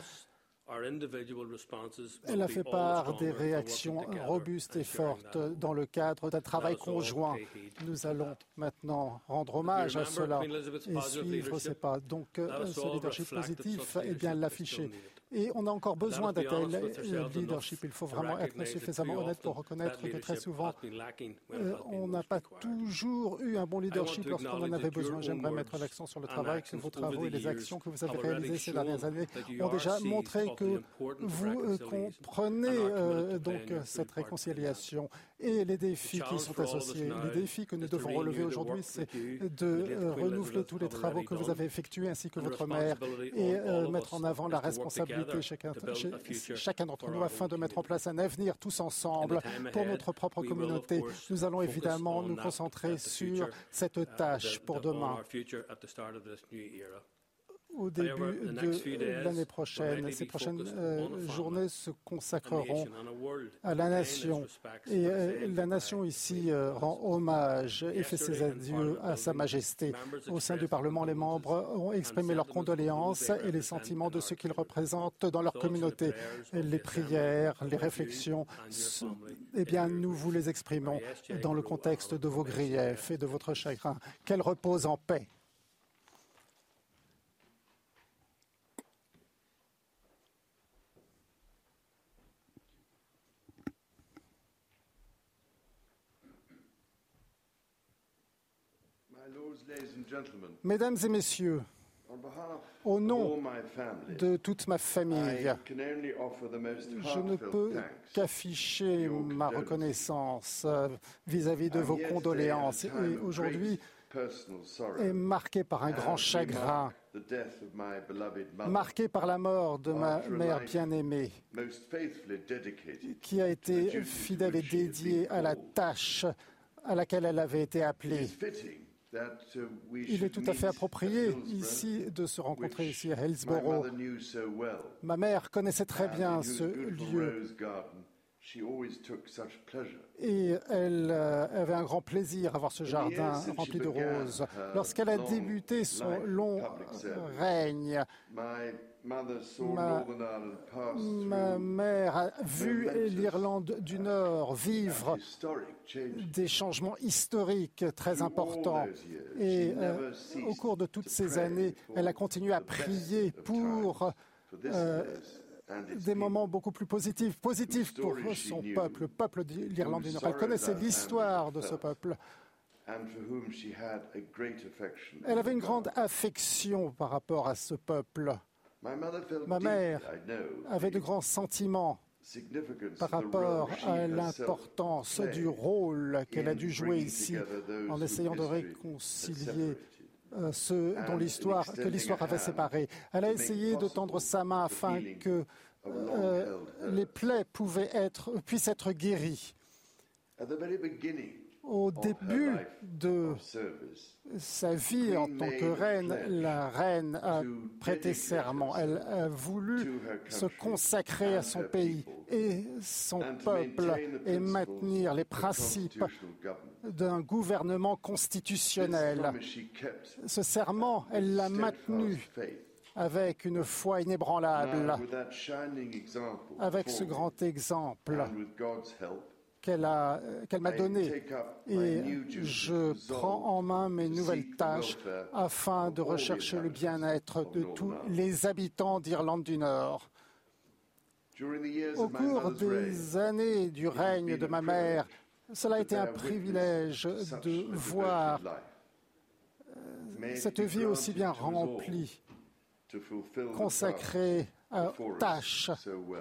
elle a fait part des réactions robustes et fortes dans le cadre d'un travail conjoint. Nous allons maintenant rendre hommage à cela et suivre ces pas. Donc, ce leadership positif, eh bien, l'afficher. Et on a encore besoin d'un tel leadership. Il faut vraiment être suffisamment honnête pour reconnaître que très souvent, euh, on n'a pas toujours eu un bon leadership lorsqu'on en avait besoin. J'aimerais mettre l'accent sur le travail que vos travaux et les actions que vous avez réalisées ces dernières années ont déjà montré que vous euh, comprenez euh, donc cette réconciliation et les défis qui y sont associés. Les défis que nous devons relever aujourd'hui, c'est de euh, renouveler tous les travaux que vous avez effectués ainsi que votre mère et euh, mettre en avant la responsabilité Chacun, chacun d'entre nous afin de mettre en place un avenir tous ensemble pour notre propre communauté. Nous allons évidemment nous concentrer sur cette tâche pour demain. Au début de l'année prochaine, ces prochaines euh, journées se consacreront à la nation. Et euh, la nation ici euh, rend hommage et fait ses adieux à Sa Majesté. Au sein du Parlement, les membres ont exprimé leurs condoléances et les sentiments de ceux qu'ils représentent dans leur communauté. Les prières, les réflexions, eh bien, nous vous les exprimons dans le contexte de vos griefs et de votre chagrin. Qu'elle repose en paix. Mesdames et messieurs, au nom de toute ma famille, je ne peux qu'afficher ma reconnaissance vis-à-vis de vos condoléances. Et aujourd'hui est marqué par un grand chagrin, marqué par la mort de ma mère bien-aimée, qui a été fidèle et dédiée à la tâche à laquelle elle avait été appelée. Il est tout à fait approprié ici de se rencontrer ici à Hillsborough. Ma mère connaissait très bien ce lieu et elle avait un grand plaisir à voir ce jardin rempli de roses. Lorsqu'elle a débuté son long règne, Ma, ma mère a vu l'Irlande du Nord vivre des changements historiques très importants. Et euh, au cours de toutes ces années, elle a continué à prier pour euh, des moments beaucoup plus positifs, positifs pour son peuple, le peuple de l'Irlande du Nord. Elle connaissait l'histoire de ce peuple. Elle avait une grande affection par rapport à ce peuple. Ma mère avait de grands sentiments par rapport à l'importance du rôle qu'elle a dû jouer ici en essayant de réconcilier euh, ceux dont l'histoire, que l'histoire avait séparés. Elle a essayé de tendre sa main afin que euh, les plaies pouvaient être, puissent être guéries. Au début de sa vie en tant que reine, la reine a prêté serment. Elle a voulu se consacrer à son pays et son peuple et maintenir les principes d'un gouvernement constitutionnel. Ce serment, elle l'a maintenu avec une foi inébranlable, avec ce grand exemple qu'elle a, qu'elle m'a donné. Et je prends en main mes nouvelles tâches afin de rechercher le bien-être de tous les habitants d'Irlande du Nord. Au cours des années du règne de ma mère, cela a été un privilège de voir cette vie aussi bien remplie, consacrée aux tâches.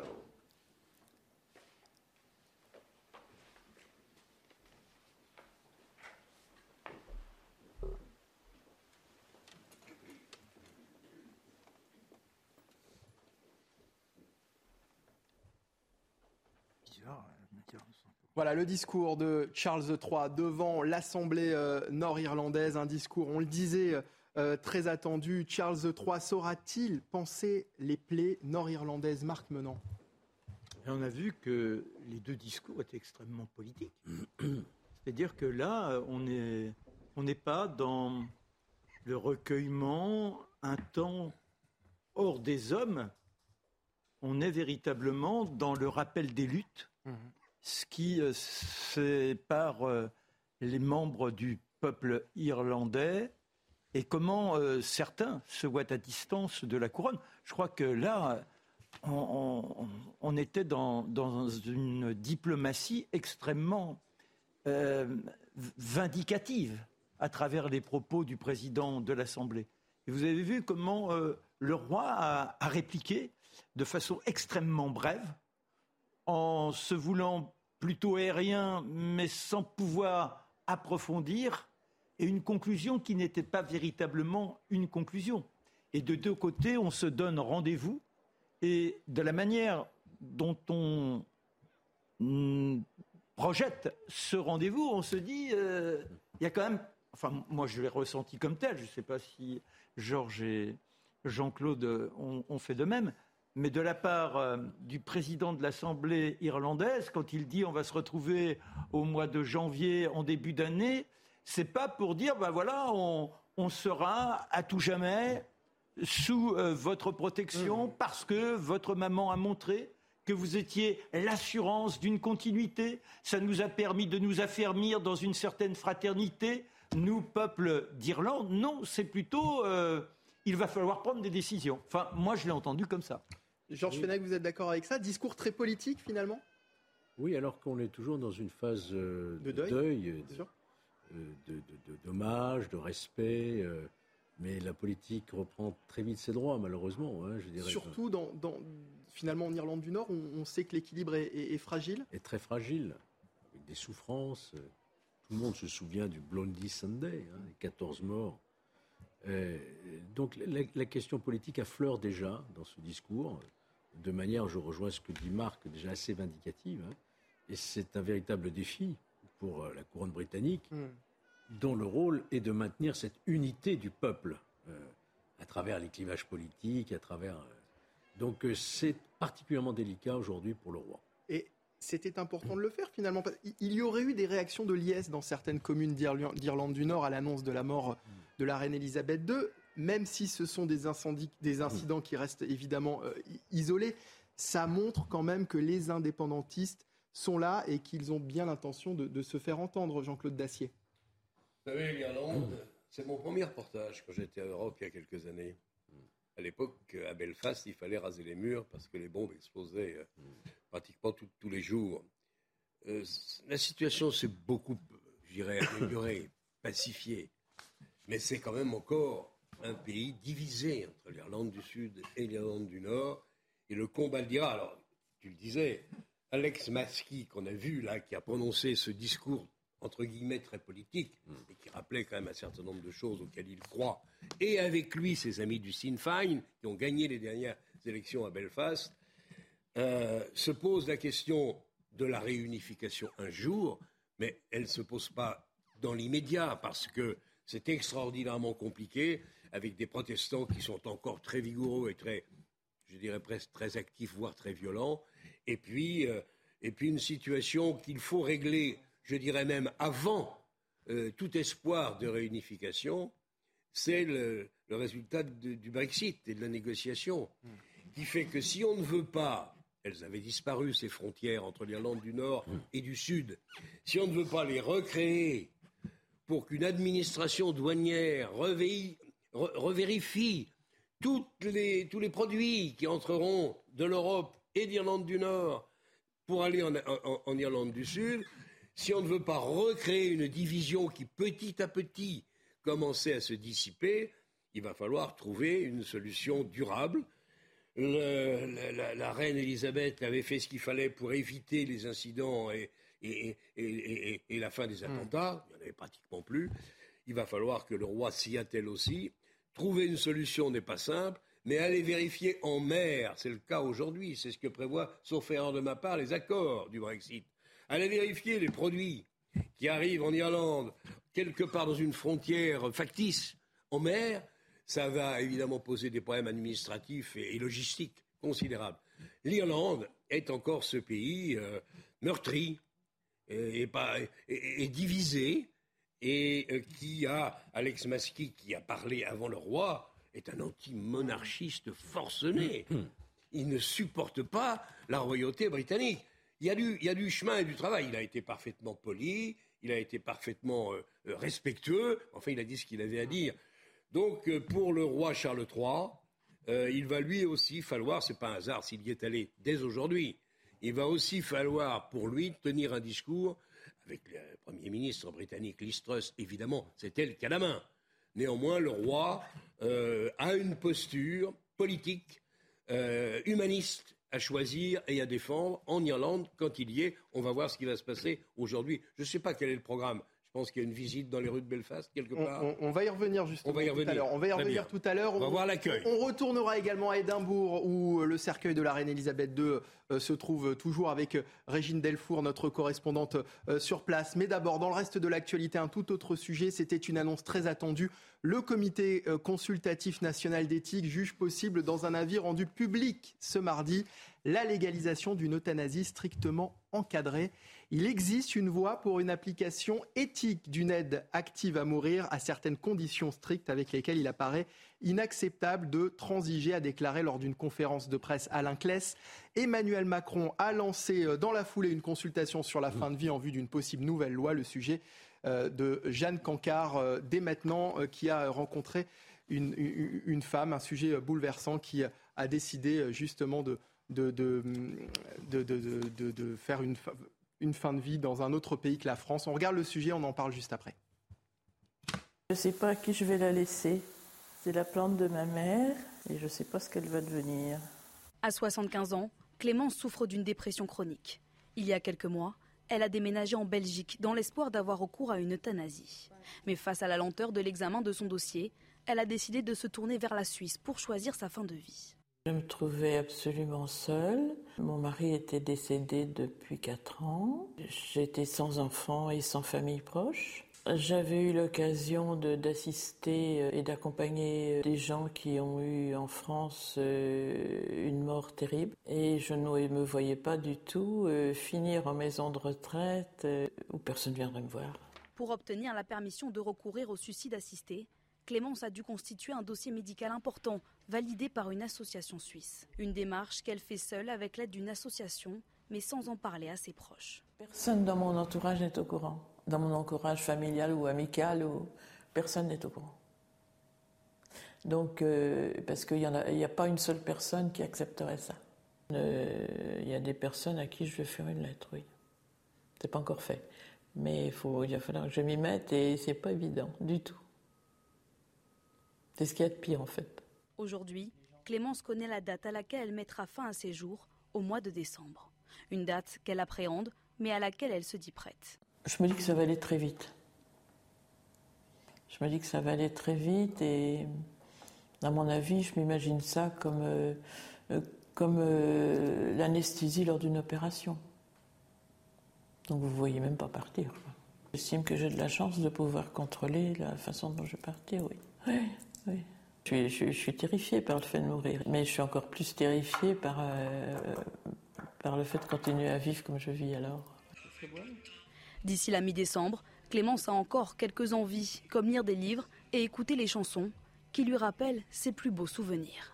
Voilà le discours de Charles trois devant l'Assemblée euh, nord-irlandaise, un discours, on le disait, euh, très attendu. Charles trois saura-t-il panser les plaies nord-irlandaises? Marc Menant. Et on a vu que les deux discours étaient extrêmement politiques. C'est-à-dire que là, on n'est on n'est pas dans le recueillement, un temps hors des hommes. On est véritablement dans le rappel des luttes. Mmh. Ce qui euh, sépare euh, les membres du peuple irlandais et comment euh, certains se voient à distance de la couronne. Je crois que là, on, on, on était dans, dans une diplomatie extrêmement euh, vindicative à travers les propos du président de l'Assemblée. Et vous avez vu comment euh, le roi a, a répliqué de façon extrêmement brève, en se voulant plutôt aérien, mais sans pouvoir approfondir, et une conclusion qui n'était pas véritablement une conclusion. Et de deux côtés, on se donne rendez-vous, et de la manière dont on mm, projette ce rendez-vous, on se dit, il euh, y a quand même... Enfin, moi, je l'ai ressenti comme tel, je ne sais pas si Georges et Jean-Claude ont, ont fait de même, mais de la part euh, du président de l'Assemblée irlandaise, quand il dit on va se retrouver au mois de janvier, en début d'année, c'est pas pour dire ben voilà, on, on sera à tout jamais sous euh, votre protection mmh. parce que votre maman a montré que vous étiez l'assurance d'une continuité. Ça nous a permis de nous affermir dans une certaine fraternité. Nous, peuple d'Irlande, non, c'est plutôt euh, il va falloir prendre des décisions. Enfin, moi, je l'ai entendu comme ça. Georges oui. Fenech, vous êtes d'accord avec ça? Discours très politique, finalement? Oui, alors qu'on est toujours dans une phase euh, de, de deuil, deuil de, euh, de, de, de, d'hommage, de respect. Euh, mais la politique reprend très vite ses droits, malheureusement. Hein, je dirais. Surtout, dans, dans, finalement, en Irlande du Nord, on, on sait que l'équilibre est, est, est fragile. Est très fragile, avec des souffrances. Tout le monde se souvient du Blondie Sunday, hein, les quatorze morts. Euh, donc la, la question politique affleure déjà dans ce discours, de manière, je rejoins ce que dit Marc, déjà assez vindicative, hein, et c'est un véritable défi pour euh, la couronne britannique, mmh. dont le rôle est de maintenir cette unité du peuple euh, à travers les clivages politiques, à travers... Euh, donc euh, c'est particulièrement délicat aujourd'hui pour le roi. Et c'était important de le faire finalement. Il y aurait eu des réactions de liesse dans certaines communes d'Irlande du Nord à l'annonce de la mort de la reine Elisabeth deux, même si ce sont des, incendies, des incidents qui restent évidemment euh, isolés. Ça montre quand même que les indépendantistes sont là et qu'ils ont bien l'intention de, de se faire entendre, Jean-Claude Dacier. Vous savez, l'Irlande, c'est mon premier reportage quand j'étais en Europe il y a quelques années. À l'époque, à Belfast, il fallait raser les murs parce que les bombes explosaient euh, pratiquement tout, tous les jours. Euh, la situation s'est beaucoup, je dirais, améliorée, pacifiée. Mais c'est quand même encore un pays divisé entre l'Irlande du Sud et l'Irlande du Nord. Et le combat le dira. Alors, tu le disais, Alex Maskey, qu'on a vu là, qui a prononcé ce discours entre guillemets très politique, et qui rappelait quand même un certain nombre de choses auxquelles il croit, et avec lui ses amis du Sinn Féin, qui ont gagné les dernières élections à Belfast, euh, se pose la question de la réunification un jour, mais elle ne se pose pas dans l'immédiat, parce que c'est extraordinairement compliqué, avec des protestants qui sont encore très vigoureux et très, je dirais presque très actifs, voire très violents, et puis, euh, et puis une situation qu'il faut régler, je dirais même avant euh, tout espoir de réunification, c'est le, le résultat de, du Brexit et de la négociation, mmh. qui fait que si on ne veut pas, elles avaient disparu ces frontières entre l'Irlande du Nord mmh. et du Sud, si on ne veut pas les recréer pour qu'une administration douanière reveille, re, revérifie toutes les, tous les produits qui entreront de l'Europe et d'Irlande du Nord pour aller en, en, en Irlande du Sud, si on ne veut pas recréer une division qui petit à petit commençait à se dissiper, il va falloir trouver une solution durable. Le, la, la, la reine Elisabeth avait fait ce qu'il fallait pour éviter les incidents et, et, et, et, et, et la fin des attentats. Il n'y en avait pratiquement plus. Il va falloir que le roi s'y attelle aussi. Trouver une solution n'est pas simple, mais aller vérifier en mer, c'est le cas aujourd'hui, c'est ce que prévoit, sauf erreur de ma part, les accords du Brexit. Aller vérifier les produits qui arrivent en Irlande, quelque part dans une frontière factice en mer, ça va évidemment poser des problèmes administratifs et, et logistiques considérables. L'Irlande est encore ce pays euh, meurtri et, et, pas, et, et, et divisé, et euh, qui a, Alex Maskey, qui a parlé avant le roi, est un anti-monarchiste forcené. Il ne supporte pas la royauté britannique. Il y, a du, il y a du chemin et du travail. Il a été parfaitement poli, il a été parfaitement euh, respectueux. Enfin, il a dit ce qu'il avait à dire. Donc, euh, pour le roi Charles trois, euh, il va lui aussi falloir, c'est pas un hasard s'il y est allé dès aujourd'hui, il va aussi falloir pour lui tenir un discours avec le Premier ministre britannique Liz Truss, évidemment, c'est elle qui a la main. Néanmoins, le roi euh, a une posture politique, euh, humaniste, à choisir et à défendre en Irlande quand il y est. On va voir ce qui va se passer aujourd'hui. Je ne sais pas quel est le programme. Je pense qu'il y a une visite dans les rues de Belfast, quelque part. On, on, on va y revenir justement on va y revenir. tout à l'heure. On va y Très revenir bien. tout à l'heure. On va on, voir l'accueil. On retournera également à Édimbourg, où le cercueil de la reine Elisabeth deux euh, se trouve toujours avec Régine Delfour, notre correspondante euh, sur place. Mais d'abord, dans le reste de l'actualité, un tout autre sujet. C'était une annonce très attendue. Le comité euh, consultatif national d'éthique juge possible, dans un avis rendu public ce mardi, la légalisation d'une euthanasie strictement encadrée. Il existe une voie pour une application éthique d'une aide active à mourir à certaines conditions strictes avec lesquelles il apparaît inacceptable de transiger, a déclaré lors d'une conférence de presse Alain Claes. Emmanuel Macron a lancé dans la foulée une consultation sur la fin de vie en vue d'une possible nouvelle loi. Le sujet de Jeanne Cancard, dès maintenant, qui a rencontré une, une, une femme, un sujet bouleversant qui a décidé justement de De, de, de, de, de, de faire une, une fin de vie dans un autre pays que la France. On regarde le sujet, on en parle juste après. Je ne sais pas à qui je vais la laisser. C'est la plante de ma mère et je ne sais pas ce qu'elle va devenir. À soixante-quinze ans, Clémence souffre d'une dépression chronique. Il y a quelques mois, elle a déménagé en Belgique dans l'espoir d'avoir recours à une euthanasie. Mais face à la lenteur de l'examen de son dossier, elle a décidé de se tourner vers la Suisse pour choisir sa fin de vie. Je me trouvais absolument seule. Mon mari était décédé depuis quatre ans. J'étais sans enfants et sans famille proche. J'avais eu l'occasion de, d'assister et d'accompagner des gens qui ont eu en France euh, une mort terrible. Et je ne me voyais pas du tout euh, finir en maison de retraite euh, où personne ne viendrait me voir. Pour obtenir la permission de recourir au suicide assisté, Clémence a dû constituer un dossier médical important, validé par une association suisse. Une démarche qu'elle fait seule avec l'aide d'une association, mais sans en parler à ses proches. Personne dans mon entourage n'est au courant. Dans mon entourage familial ou amical, ou... personne n'est au courant. Donc, euh, parce qu'il n'y a, a pas une seule personne qui accepterait ça. Euh, il y a des personnes à qui je vais faire une lettre, oui. C'est pas encore fait. Mais il, faut, il va falloir que je m'y mette et c'est pas évident du tout. C'est ce qu'il y a de pire, en fait. Aujourd'hui, Clémence connaît la date à laquelle elle mettra fin à ses jours, au mois de décembre. Une date qu'elle appréhende, mais à laquelle elle se dit prête. Je me dis que ça va aller très vite. Je me dis que ça va aller très vite et, à mon avis, je m'imagine ça comme, euh, euh, comme euh, l'anesthésie lors d'une opération. Donc vous ne voyez même pas partir. J'estime que j'ai de la chance de pouvoir contrôler la façon dont je vais partir, oui. Oui, oui. Je suis, je, je suis terrifiée par le fait de mourir, mais je suis encore plus terrifiée par, euh, par le fait de continuer à vivre comme je vis alors. D'ici la mi-décembre, Clémence a encore quelques envies, comme lire des livres et écouter les chansons qui lui rappellent ses plus beaux souvenirs.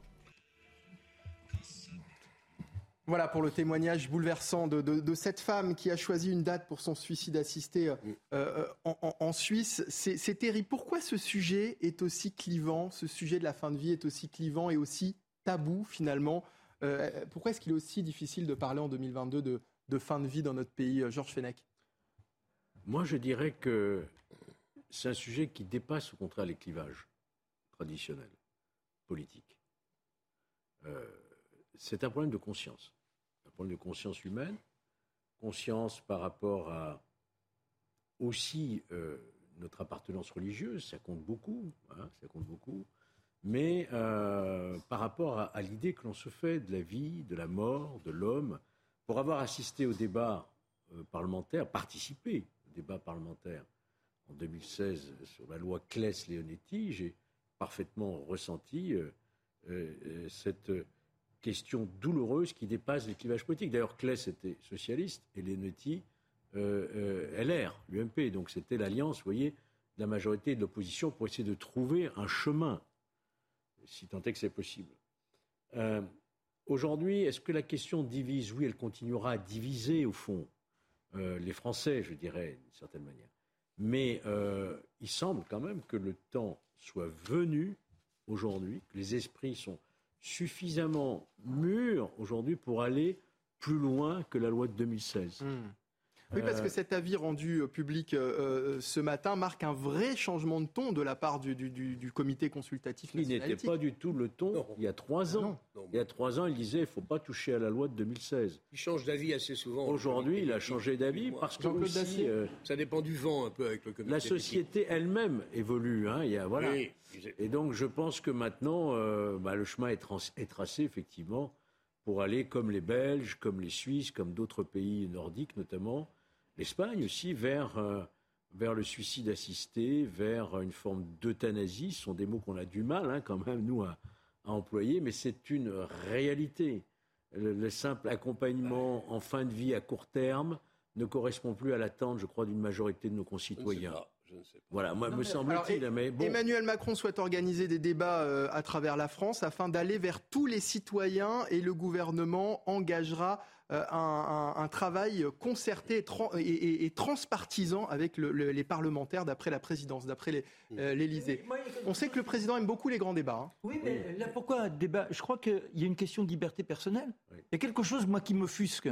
Voilà pour le témoignage bouleversant de, de, de cette femme qui a choisi une date pour son suicide assisté euh, euh, en, en, en Suisse. C'est, c'est terrible. Pourquoi ce sujet est aussi clivant, ce sujet de la fin de vie est aussi clivant et aussi tabou finalement euh, Pourquoi est-ce qu'il est aussi difficile de parler en deux mille vingt-deux de, de fin de vie dans notre pays, Georges Fenech? Moi, je dirais que c'est un sujet qui dépasse au contraire les clivages traditionnels, politiques. Euh, c'est un problème de conscience, un problème de conscience humaine, conscience par rapport à aussi euh, notre appartenance religieuse, ça compte beaucoup, hein, ça compte beaucoup, mais euh, par rapport à, à l'idée que l'on se fait de la vie, de la mort, de l'homme, pour avoir assisté au débat euh, parlementaire, participé au débat parlementaire en deux mille seize sur la loi Claes-Leonetti, j'ai parfaitement ressenti euh, euh, cette question douloureuse qui dépasse les clivages politiques. D'ailleurs, Claes était socialiste et Leonetti euh, euh, L R, l'U M P. Donc c'était l'alliance, vous voyez, de la majorité et de l'opposition pour essayer de trouver un chemin, si tant est que c'est possible. Euh, aujourd'hui, est-ce que la question divise? Oui, elle continuera à diviser, au fond, euh, les Français, je dirais, d'une certaine manière. Mais euh, il semble quand même que le temps soit venu aujourd'hui, que les esprits sont suffisamment mûrs aujourd'hui pour aller plus loin que la loi de deux mille seize. Mmh. Oui, parce que cet avis rendu public euh, ce matin marque un vrai changement de ton de la part du, du, du, du comité consultatif national. Il n'était pas du tout le ton non. il y a trois ans. Ah non. Il y a trois ans, il disait qu'il ne faut pas toucher à la loi de deux mille seize. Il change d'avis assez souvent. Aujourd'hui, il a changé d'avis parce que aussi, euh, ça dépend du vent un peu avec le comité. La société elle-même évolue. Hein, il y a, voilà. Oui. Et donc, je pense que maintenant, euh, bah, le chemin est, trans- est tracé, effectivement, pour aller comme les Belges, comme les Suisses, comme d'autres pays nordiques, notamment l'Espagne aussi, vers, euh, vers le suicide assisté, vers une forme d'euthanasie. Ce sont des mots qu'on a du mal, hein, quand même, nous, à, à employer, mais c'est une réalité. Le, le simple accompagnement en fin de vie à court terme ne correspond plus à l'attente, je crois, d'une majorité de nos concitoyens. Je ne sais pas. Voilà, moi, non, me semble-t-il. Alors, mais bon. Emmanuel Macron souhaite organiser des débats euh, à travers la France afin d'aller vers tous les citoyens et le gouvernement engagera euh, un, un, un travail concerté et, tra- et, et, et transpartisan avec le, le, les parlementaires d'après la présidence, d'après les, euh, l'Élysée. Oui, on sait que le président aime beaucoup les grands débats. Hein. Oui, mais oui. Là, pourquoi un débat? Je crois qu'il y a une question de liberté personnelle. Oui. Il y a quelque chose, moi, qui m'offusque.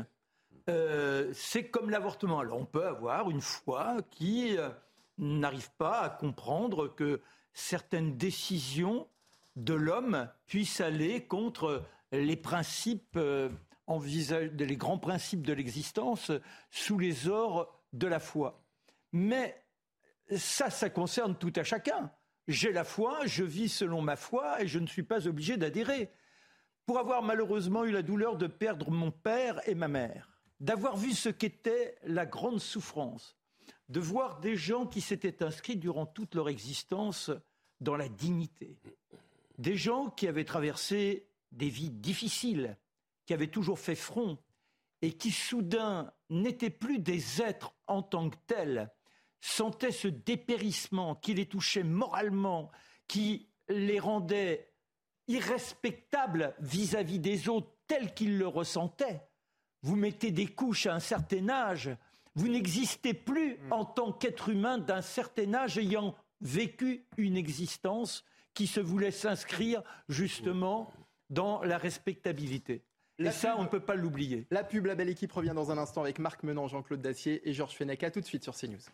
Euh, c'est comme l'avortement. Alors, on peut avoir une foi qui euh, n'arrive pas à comprendre que certaines décisions de l'homme puissent aller contre les principes euh, envisage, les grands principes de l'existence sous les ors de la foi. Mais ça, ça concerne tout à chacun. J'ai la foi, je vis selon ma foi et je ne suis pas obligé d'adhérer. Pour avoir malheureusement eu la douleur de perdre mon père et ma mère, d'avoir vu ce qu'était la grande souffrance, de voir des gens qui s'étaient inscrits durant toute leur existence dans la dignité. Des gens qui avaient traversé des vies difficiles, qui avaient toujours fait front et qui soudain n'étaient plus des êtres en tant que tels, sentaient ce dépérissement qui les touchait moralement, qui les rendait irrespectables vis-à-vis des autres tels qu'ils le ressentaient. Vous mettez des couches à un certain âge, vous n'existez plus en tant qu'être humain d'un certain âge ayant vécu une existence qui se voulait s'inscrire justement dans la respectabilité. Et La ça, pub. on ne peut pas l'oublier. La pub, la belle équipe revient dans un instant avec Marc Menant, Jean-Claude Dacier et Georges Fenech. À tout de suite sur CNews.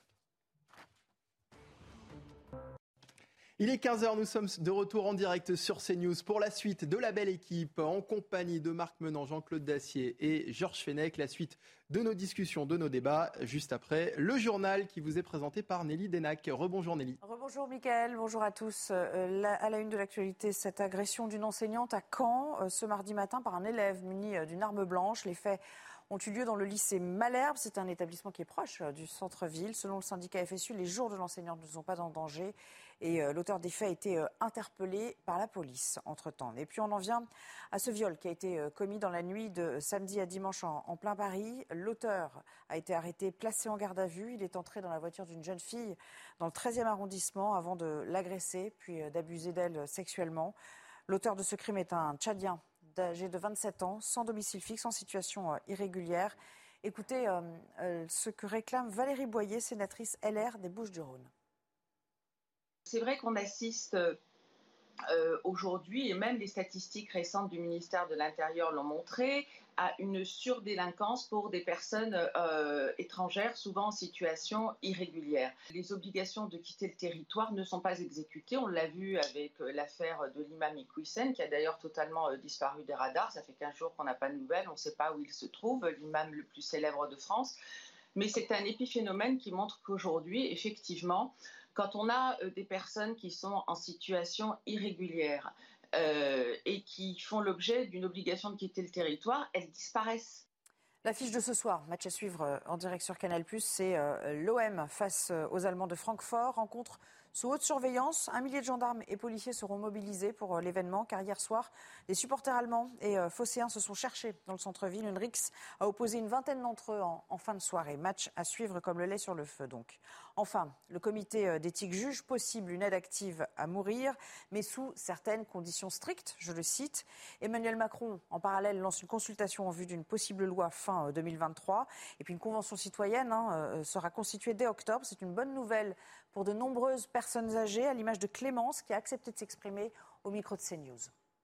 Il est quinze heures, nous sommes de retour en direct sur CNews pour la suite de la belle équipe en compagnie de Marc Menant, Jean-Claude Dacier et Georges Fenech. La suite de nos discussions, de nos débats, juste après le journal qui vous est présenté par Nelly Denac. Rebonjour Nelly. Rebonjour Mickaël, bonjour à tous. Euh, la, à la une de l'actualité, cette agression d'une enseignante à Caen euh, ce mardi matin par un élève muni euh, d'une arme blanche. Les faits ont eu lieu dans le lycée Malherbe. C'est un établissement qui est proche euh, du centre-ville. Selon le syndicat F S U, les jours de l'enseignante ne sont pas en danger. Et euh, l'auteur des faits a été euh, interpellé par la police entre-temps. Et puis on en vient à ce viol qui a été euh, commis dans la nuit de samedi à dimanche en, en plein Paris. L'auteur a été arrêté, placé en garde à vue. Il est entré dans la voiture d'une jeune fille dans le treizième arrondissement avant de l'agresser, puis euh, d'abuser d'elle sexuellement. L'auteur de ce crime est un Tchadien âgé de vingt-sept ans, sans domicile fixe, en situation euh, irrégulière. Écoutez euh, euh, ce que réclame Valérie Boyer, sénatrice L R des Bouches-du-Rhône. C'est vrai qu'on assiste euh, aujourd'hui, et même les statistiques récentes du ministère de l'Intérieur l'ont montré, à une surdélinquance pour des personnes euh, étrangères, souvent en situation irrégulière. Les obligations de quitter le territoire ne sont pas exécutées. On l'a vu avec euh, l'affaire de l'imam Iqwisen, qui a d'ailleurs totalement euh, disparu des radars. Ça fait quinze jours qu'on n'a pas de nouvelles, on ne sait pas où il se trouve, l'imam le plus célèbre de France. Mais c'est un épiphénomène qui montre qu'aujourd'hui, effectivement, quand on a euh, des personnes qui sont en situation irrégulière euh, et qui font l'objet d'une obligation de quitter le territoire, elles disparaissent. L'affiche de ce soir, match à suivre euh, en direct sur Canal plus, c'est euh, l'O M face euh, aux Allemands de Francfort. Rencontre sous haute surveillance. Un millier de gendarmes et policiers seront mobilisés pour euh, l'événement, car hier soir, des supporters allemands et euh, phocéens se sont cherchés dans le centre-ville. Une rixe a opposé une vingtaine d'entre eux en, en fin de soirée. Match à suivre comme le lait sur le feu, donc. Enfin, le comité d'éthique juge possible une aide active à mourir, mais sous certaines conditions strictes, je le cite. Emmanuel Macron, en parallèle, lance une consultation en vue d'une possible loi fin deux mille vingt-trois. Et puis une convention citoyenne hein, sera constituée dès octobre. C'est une bonne nouvelle pour de nombreuses personnes âgées, à l'image de Clémence, qui a accepté de s'exprimer au micro de CNews.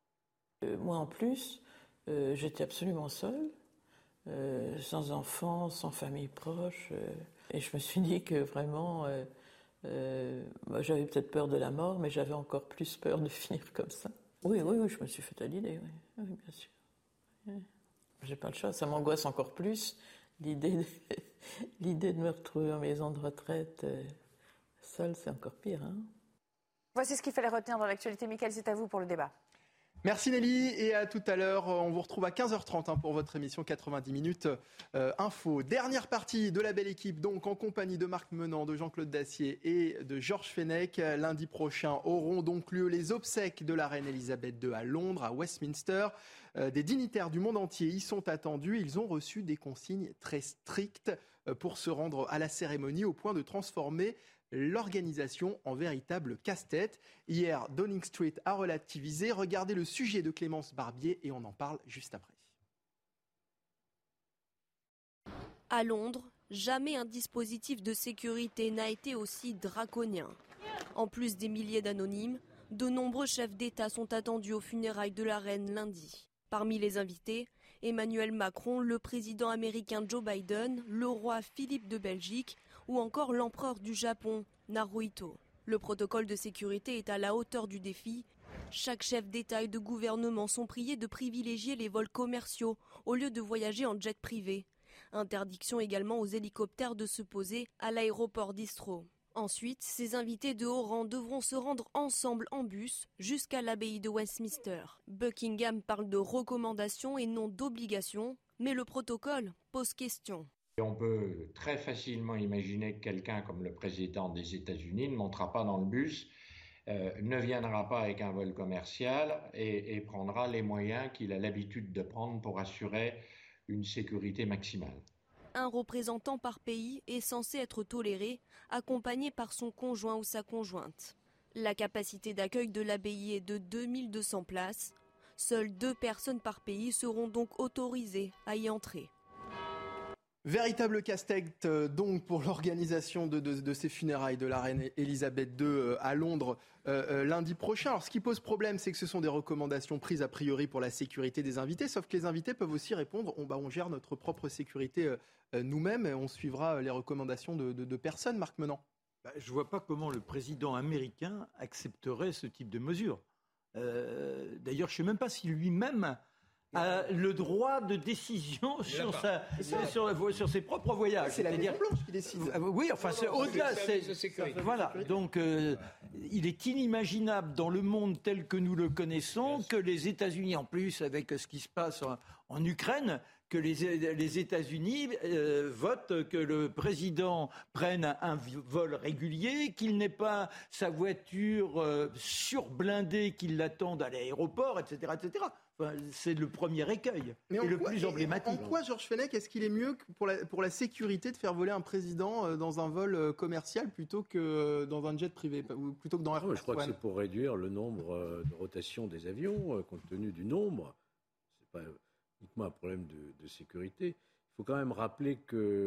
Euh, moi, en plus, euh, j'étais absolument seule, euh, sans enfants, sans famille proche. Euh, et je me suis dit que vraiment, euh, euh, moi, j'avais peut-être peur de la mort, mais j'avais encore plus peur de finir comme ça. Oui, oui, oui, je me suis fait à l'idée, oui, oui, bien sûr. Oui. J'ai pas le choix, ça m'angoisse encore plus, l'idée de, l'idée de me retrouver en maison de retraite euh, seule, c'est encore pire. Hein. Voici ce qu'il fallait retenir dans l'actualité. Mickaël, c'est à vous pour le débat. Merci Nelly, et à tout à l'heure. On vous retrouve à quinze heures trente hein, pour votre émission quatre-vingt-dix minutes euh, info. Dernière partie de la belle équipe, donc en compagnie de Marc Menant, de Jean-Claude Dacier et de Georges Fenech. Lundi prochain auront donc lieu les obsèques de la reine Elisabeth deux à Londres, à Westminster. Euh, des dignitaires du monde entier y sont attendus. Ils ont reçu des consignes très strictes euh, pour se rendre à la cérémonie, au point de transformer l'organisation en véritable casse-tête. Hier, Downing Street a relativisé. Regardez le sujet de Clémence Barbier et on en parle juste après. À Londres, jamais un dispositif de sécurité n'a été aussi draconien. En plus des milliers d'anonymes, de nombreux chefs d'État sont attendus aux funérailles de la reine lundi. Parmi les invités, Emmanuel Macron, le président américain Joe Biden, le roi Philippe de Belgique ou encore l'empereur du Japon, Naruhito. Le protocole de sécurité est à la hauteur du défi. Chaque chef d'État et de gouvernement sont priés de privilégier les vols commerciaux au lieu de voyager en jet privé. Interdiction également aux hélicoptères de se poser à l'aéroport d'Heathrow. Ensuite, ces invités de haut rang devront se rendre ensemble en bus jusqu'à l'abbaye de Westminster. Buckingham parle de recommandations et non d'obligations, mais le protocole pose question. Et on peut très facilement imaginer que quelqu'un comme le président des États-Unis ne montera pas dans le bus, euh, ne viendra pas avec un vol commercial et, et prendra les moyens qu'il a l'habitude de prendre pour assurer une sécurité maximale. Un représentant par pays est censé être toléré, accompagné par son conjoint ou sa conjointe. La capacité d'accueil de l'abbaye est de deux mille deux cents places. Seules deux personnes par pays seront donc autorisées à y entrer. Véritable casse-tête donc pour l'organisation de, de, de ces funérailles de la reine Elisabeth deux à Londres euh, lundi prochain. Alors ce qui pose problème, c'est que ce sont des recommandations prises a priori pour la sécurité des invités, sauf que les invités peuvent aussi répondre on, bah, on gère notre propre sécurité euh, nous-mêmes et on suivra les recommandations de, de, de personnes. Marc Menant. Bah, je ne vois pas comment le président américain accepterait ce type de mesure. Euh, d'ailleurs, je ne sais même pas si lui-même a le droit de décision sur, sa, sur, sur ses propres voyages. C'est la Maison Blanche qui décide. Oui, enfin, c'est au-delà. C'est, voilà. Donc, euh, il est inimaginable dans le monde tel que nous le connaissons que les États-Unis, en plus, avec ce qui se passe en, en Ukraine, que les, les États-Unis euh, votent que le président prenne un, un vol régulier, qu'il n'ait pas sa voiture euh, surblindée, qu'il l'attende à l'aéroport, et cetera, et cetera. Enfin, c'est le premier écueil Mais et le quoi, plus emblématique. En quoi, Georges Fenech, est-ce qu'il est mieux pour la, pour la sécurité de faire voler un président dans un vol commercial plutôt que dans un jet privé, ou plutôt que dans Air Force One ? Je crois que c'est pour réduire le nombre de rotations des avions, compte tenu du nombre. C'est pas uniquement un problème de, de sécurité. Il faut quand même rappeler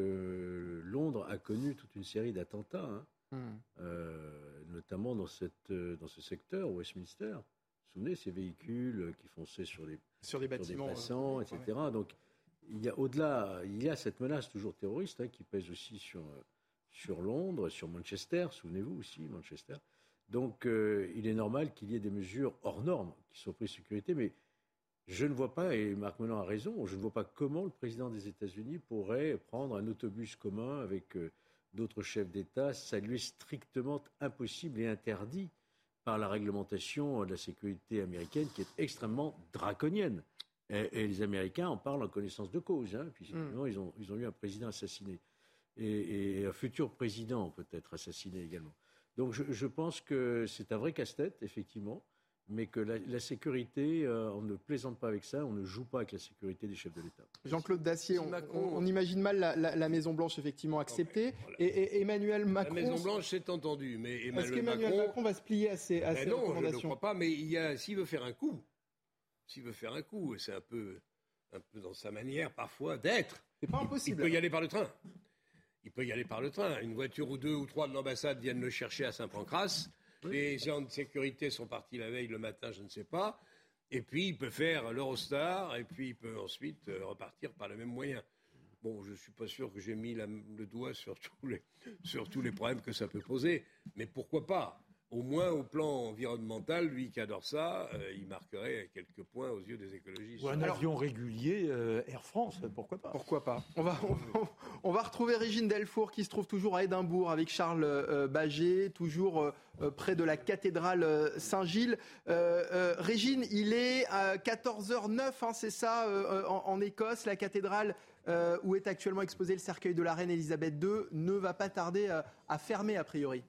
que Londres a connu toute une série d'attentats, hein, mmh. euh, notamment dans, cette, dans ce secteur, Westminster. Vous vous souvenez, ces véhicules qui fonçaient sur les, sur des bâtiments, sur des passants, euh, et cetera. Ouais. Donc, il y a au-delà, il y a cette menace toujours terroriste hein, qui pèse aussi sur, sur Londres, sur Manchester, souvenez-vous aussi, Manchester. Donc, euh, il est normal qu'il y ait des mesures hors normes qui soient prises de sécurité, mais je ne vois pas, et Marc Menant a raison, je ne vois pas comment le président des États-Unis pourrait prendre un autobus commun avec euh, d'autres chefs d'État. Ça lui est strictement impossible et interdit par la réglementation de la sécurité américaine qui est extrêmement draconienne. Et, et les Américains en parlent en connaissance de cause, hein, puisque mm. ils, ont, ils ont eu un président assassiné. Et, et un futur président peut-être assassiné également. Donc je, je pense que c'est un vrai casse-tête, effectivement, mais que la, la sécurité, euh, on ne plaisante pas avec ça, on ne joue pas avec la sécurité des chefs de l'État. Jean-Claude Dacier, on, on, on imagine mal la, la, la Maison-Blanche effectivement acceptée, voilà. et, et Emmanuel Macron... La Maison-Blanche, c'est entendu, mais Emmanuel Est-ce qu'Emmanuel Macron, Macron va se plier à ces, à ben ces non, recommandations ? Non, je ne crois pas, mais il y a, s'il veut faire un coup, s'il veut faire un coup, et c'est un peu, un peu dans sa manière parfois d'être, c'est pas impossible. Il, il peut y aller par le train. Il peut y aller par le train. Une voiture ou deux ou trois de l'ambassade viennent le chercher à Saint-Pancras. Oui. Les gens de sécurité sont partis la veille, le matin, je ne sais pas. Et puis, il peut faire l'Eurostar, et puis il peut ensuite euh, repartir par le même moyen. Bon, je ne suis pas sûr que j'ai mis la, le doigt sur tous, les, sur tous les problèmes que ça peut poser, mais pourquoi pas ? Au moins, au plan environnemental, lui qui adore ça, euh, il marquerait quelques points aux yeux des écologistes. Ou un Alors, avion régulier, euh, Air France, pourquoi pas ? Pourquoi pas ? On va, on, va, on va retrouver Régine Delfour qui se trouve toujours à Édimbourg avec Charles euh, Baget, toujours euh, près de la cathédrale euh, Saint-Gilles. Euh, euh, Régine, il est à quatorze heures neuf, hein, c'est ça, euh, en, en Écosse, la cathédrale euh, où est actuellement exposé le cercueil de la reine Elisabeth deux ne va pas tarder à, à fermer a priori.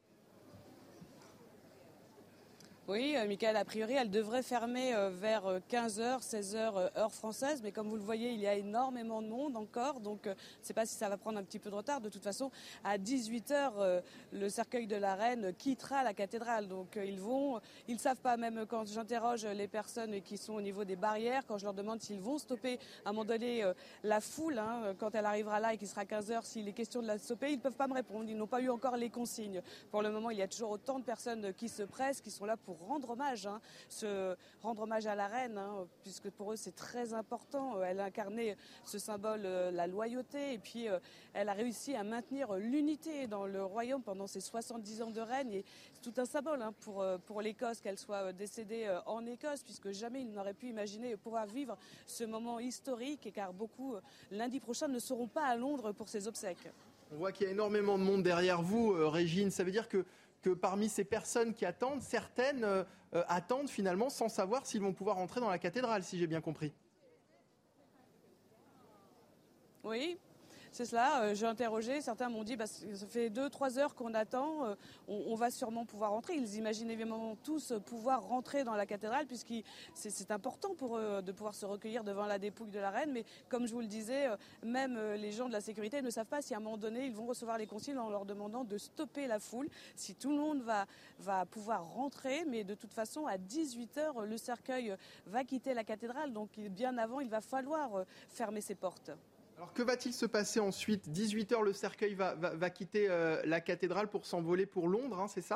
Oui, euh, Michael, a priori, elle devrait fermer euh, vers quinze heures, seize heures, euh, heure française. Mais comme vous le voyez, il y a énormément de monde encore. Donc, euh, je ne sais pas si ça va prendre un petit peu de retard. De toute façon, à dix-huit heures, euh, le cercueil de la reine quittera la cathédrale. Donc, euh, ils vont, ils ne savent pas, même quand j'interroge les personnes qui sont au niveau des barrières, quand je leur demande s'ils vont stopper à un moment donné euh, la foule, hein, quand elle arrivera là et qu'il sera quinze heures, s'il est question de la stopper, ils ne peuvent pas me répondre. Ils n'ont pas eu encore les consignes. Pour le moment, il y a toujours autant de personnes qui se pressent, qui sont là pour rendre hommage, hein, se rendre hommage à la reine, hein, puisque pour eux c'est très important. Elle a incarné ce symbole, euh, la loyauté, et puis euh, elle a réussi à maintenir l'unité dans le royaume pendant ses soixante-dix ans de règne. Et c'est tout un symbole hein, pour, pour l'Écosse qu'elle soit décédée en Écosse, puisque jamais il n'aurait pu imaginer pouvoir vivre ce moment historique, et car beaucoup lundi prochain ne seront pas à Londres pour ses obsèques. On voit qu'il y a énormément de monde derrière vous, euh, Régine. Ça veut dire que que parmi ces personnes qui attendent, certaines euh, euh, attendent finalement sans savoir s'ils vont pouvoir entrer dans la cathédrale, si j'ai bien compris. Oui, c'est cela. Euh, j'ai interrogé, certains m'ont dit bah, ça fait deux, trois heures qu'on attend, euh, on, on va sûrement pouvoir rentrer. Ils imaginaient évidemment tous pouvoir rentrer dans la cathédrale, puisque c'est, c'est important pour eux de pouvoir se recueillir devant la dépouille de la reine. Mais comme je vous le disais, euh, même euh, les gens de la sécurité ne savent pas si à un moment donné ils vont recevoir les consignes en leur demandant de stopper la foule, si tout le monde va, va pouvoir rentrer. Mais de toute façon, à dix-huit heures, le cercueil va quitter la cathédrale. Donc bien avant, il va falloir fermer ses portes. Alors que va-t-il se passer ensuite ? dix-huit heures, le cercueil va, va, va quitter euh, la cathédrale pour s'envoler pour Londres, hein, c'est ça ?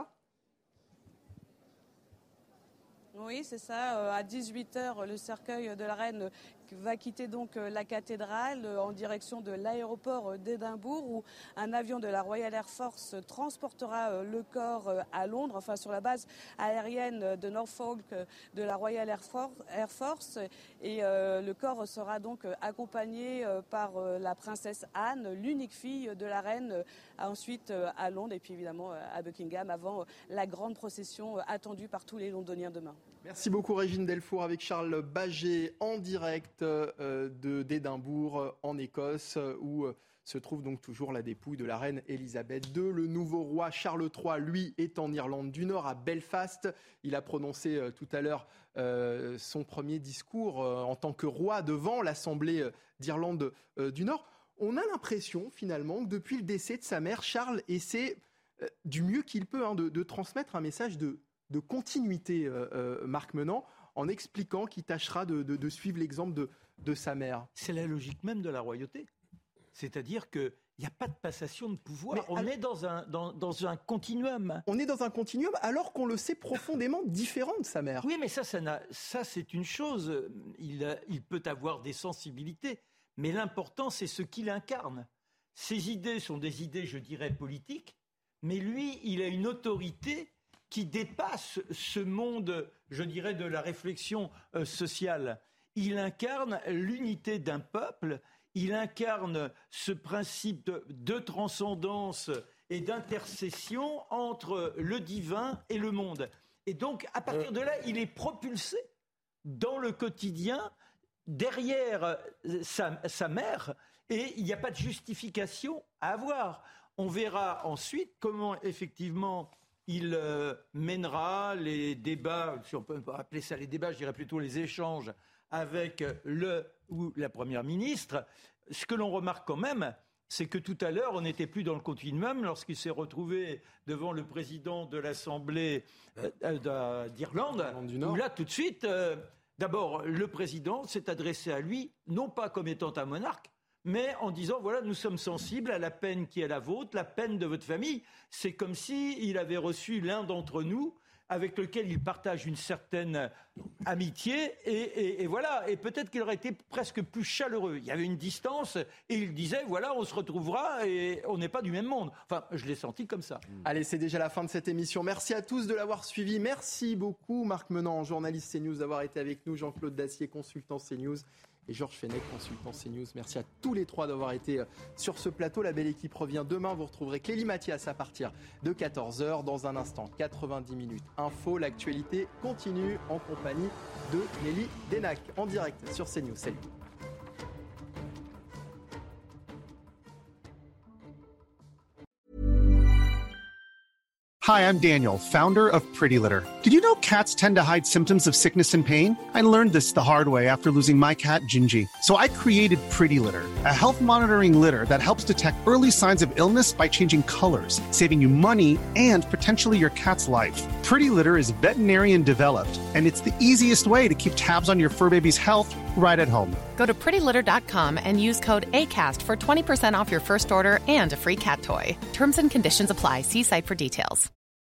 Oui, c'est ça. À dix-huit heures, le cercueil de la reine va quitter donc la cathédrale en direction de l'aéroport d'Édimbourg, où un avion de la Royal Air Force transportera le corps à Londres, enfin sur la base aérienne de Norfolk de la Royal Air Force. Et euh, le corps sera donc accompagné par la princesse Anne, l'unique fille de la reine, ensuite à Londres et puis évidemment à Buckingham, avant la grande procession attendue par tous les Londoniens demain. Merci beaucoup Régine Delfour avec Charles Baget en direct euh, de, d'Édimbourg en Écosse où euh, se trouve donc toujours la dépouille de la reine Elisabeth deux. Le nouveau roi Charles trois, lui, est en Irlande du Nord, à Belfast. Il a prononcé euh, tout à l'heure euh, son premier discours euh, en tant que roi devant l'Assemblée d'Irlande euh, du Nord. On a l'impression finalement que depuis le décès de sa mère, Charles essaie euh, du mieux qu'il peut hein, de, de transmettre un message de de continuité, euh, euh, Marc Menant, en expliquant qu'il tâchera de, de, de suivre l'exemple de, de sa mère. C'est la logique même de la royauté. C'est-à-dire qu'il n'y a pas de passation de pouvoir. Mais on alors, est dans un, dans, dans un continuum. On est dans un continuum alors qu'on le sait profondément différent de sa mère. Oui, mais ça, ça, n'a, ça c'est une chose. Il, il peut avoir des sensibilités. Mais l'important, c'est ce qu'il incarne. Ses idées sont des idées, je dirais, politiques. Mais lui, il a une autorité qui dépasse ce monde, je dirais, de la réflexion euh, sociale. Il incarne l'unité d'un peuple, il incarne ce principe de, de transcendance et d'intercession entre le divin et le monde. Et donc, à partir de là, il est propulsé dans le quotidien, derrière sa, sa mère, et il n'y a pas de justification à avoir. On verra ensuite comment, effectivement, il euh, mènera les débats, si on peut appeler ça les débats, je dirais plutôt les échanges avec le ou la Première ministre. Ce que l'on remarque quand même, c'est que tout à l'heure, on n'était plus dans le continuum lorsqu'il s'est retrouvé devant le président de l'Assemblée euh, d'Irlande, où là, tout de suite, euh, d'abord, le président s'est adressé à lui, non pas comme étant un monarque, mais en disant, voilà, nous sommes sensibles à la peine qui est la vôtre, la peine de votre famille. C'est comme s'il avait reçu l'un d'entre nous, avec lequel il partage une certaine amitié, et, et, et voilà. Et peut-être qu'il aurait été presque plus chaleureux. Il y avait une distance, et il disait, voilà, on se retrouvera, et on n'est pas du même monde. Enfin, je l'ai senti comme ça. Allez, c'est déjà la fin de cette émission. Merci à tous de l'avoir suivi. Merci beaucoup, Marc Menant, journaliste CNews, d'avoir été avec nous. Jean-Claude Dacier, consultant CNews. Et Georges Fenech, consultant CNews. Merci à tous les trois d'avoir été sur ce plateau. La belle équipe revient demain. Vous retrouverez Clélie Mathias à partir de quatorze heures. Dans un instant, quatre-vingt-dix minutes info. L'actualité continue en compagnie de Nelly Denac en direct sur CNews. Salut. Hi, I'm Daniel, founder of Pretty Litter. Did you know cats tend to hide symptoms of sickness and pain? I learned this the hard way after losing my cat, Gingy. So I created Pretty Litter, a health monitoring litter that helps detect early signs of illness by changing colors, saving you money and potentially your cat's life. Pretty Litter is veterinarian developed, and it's the easiest way to keep tabs on your fur baby's health right at home. Go to pretty litter dot com and use code ACAST for twenty percent off your first order and a free cat toy. Terms and conditions apply. See site for details.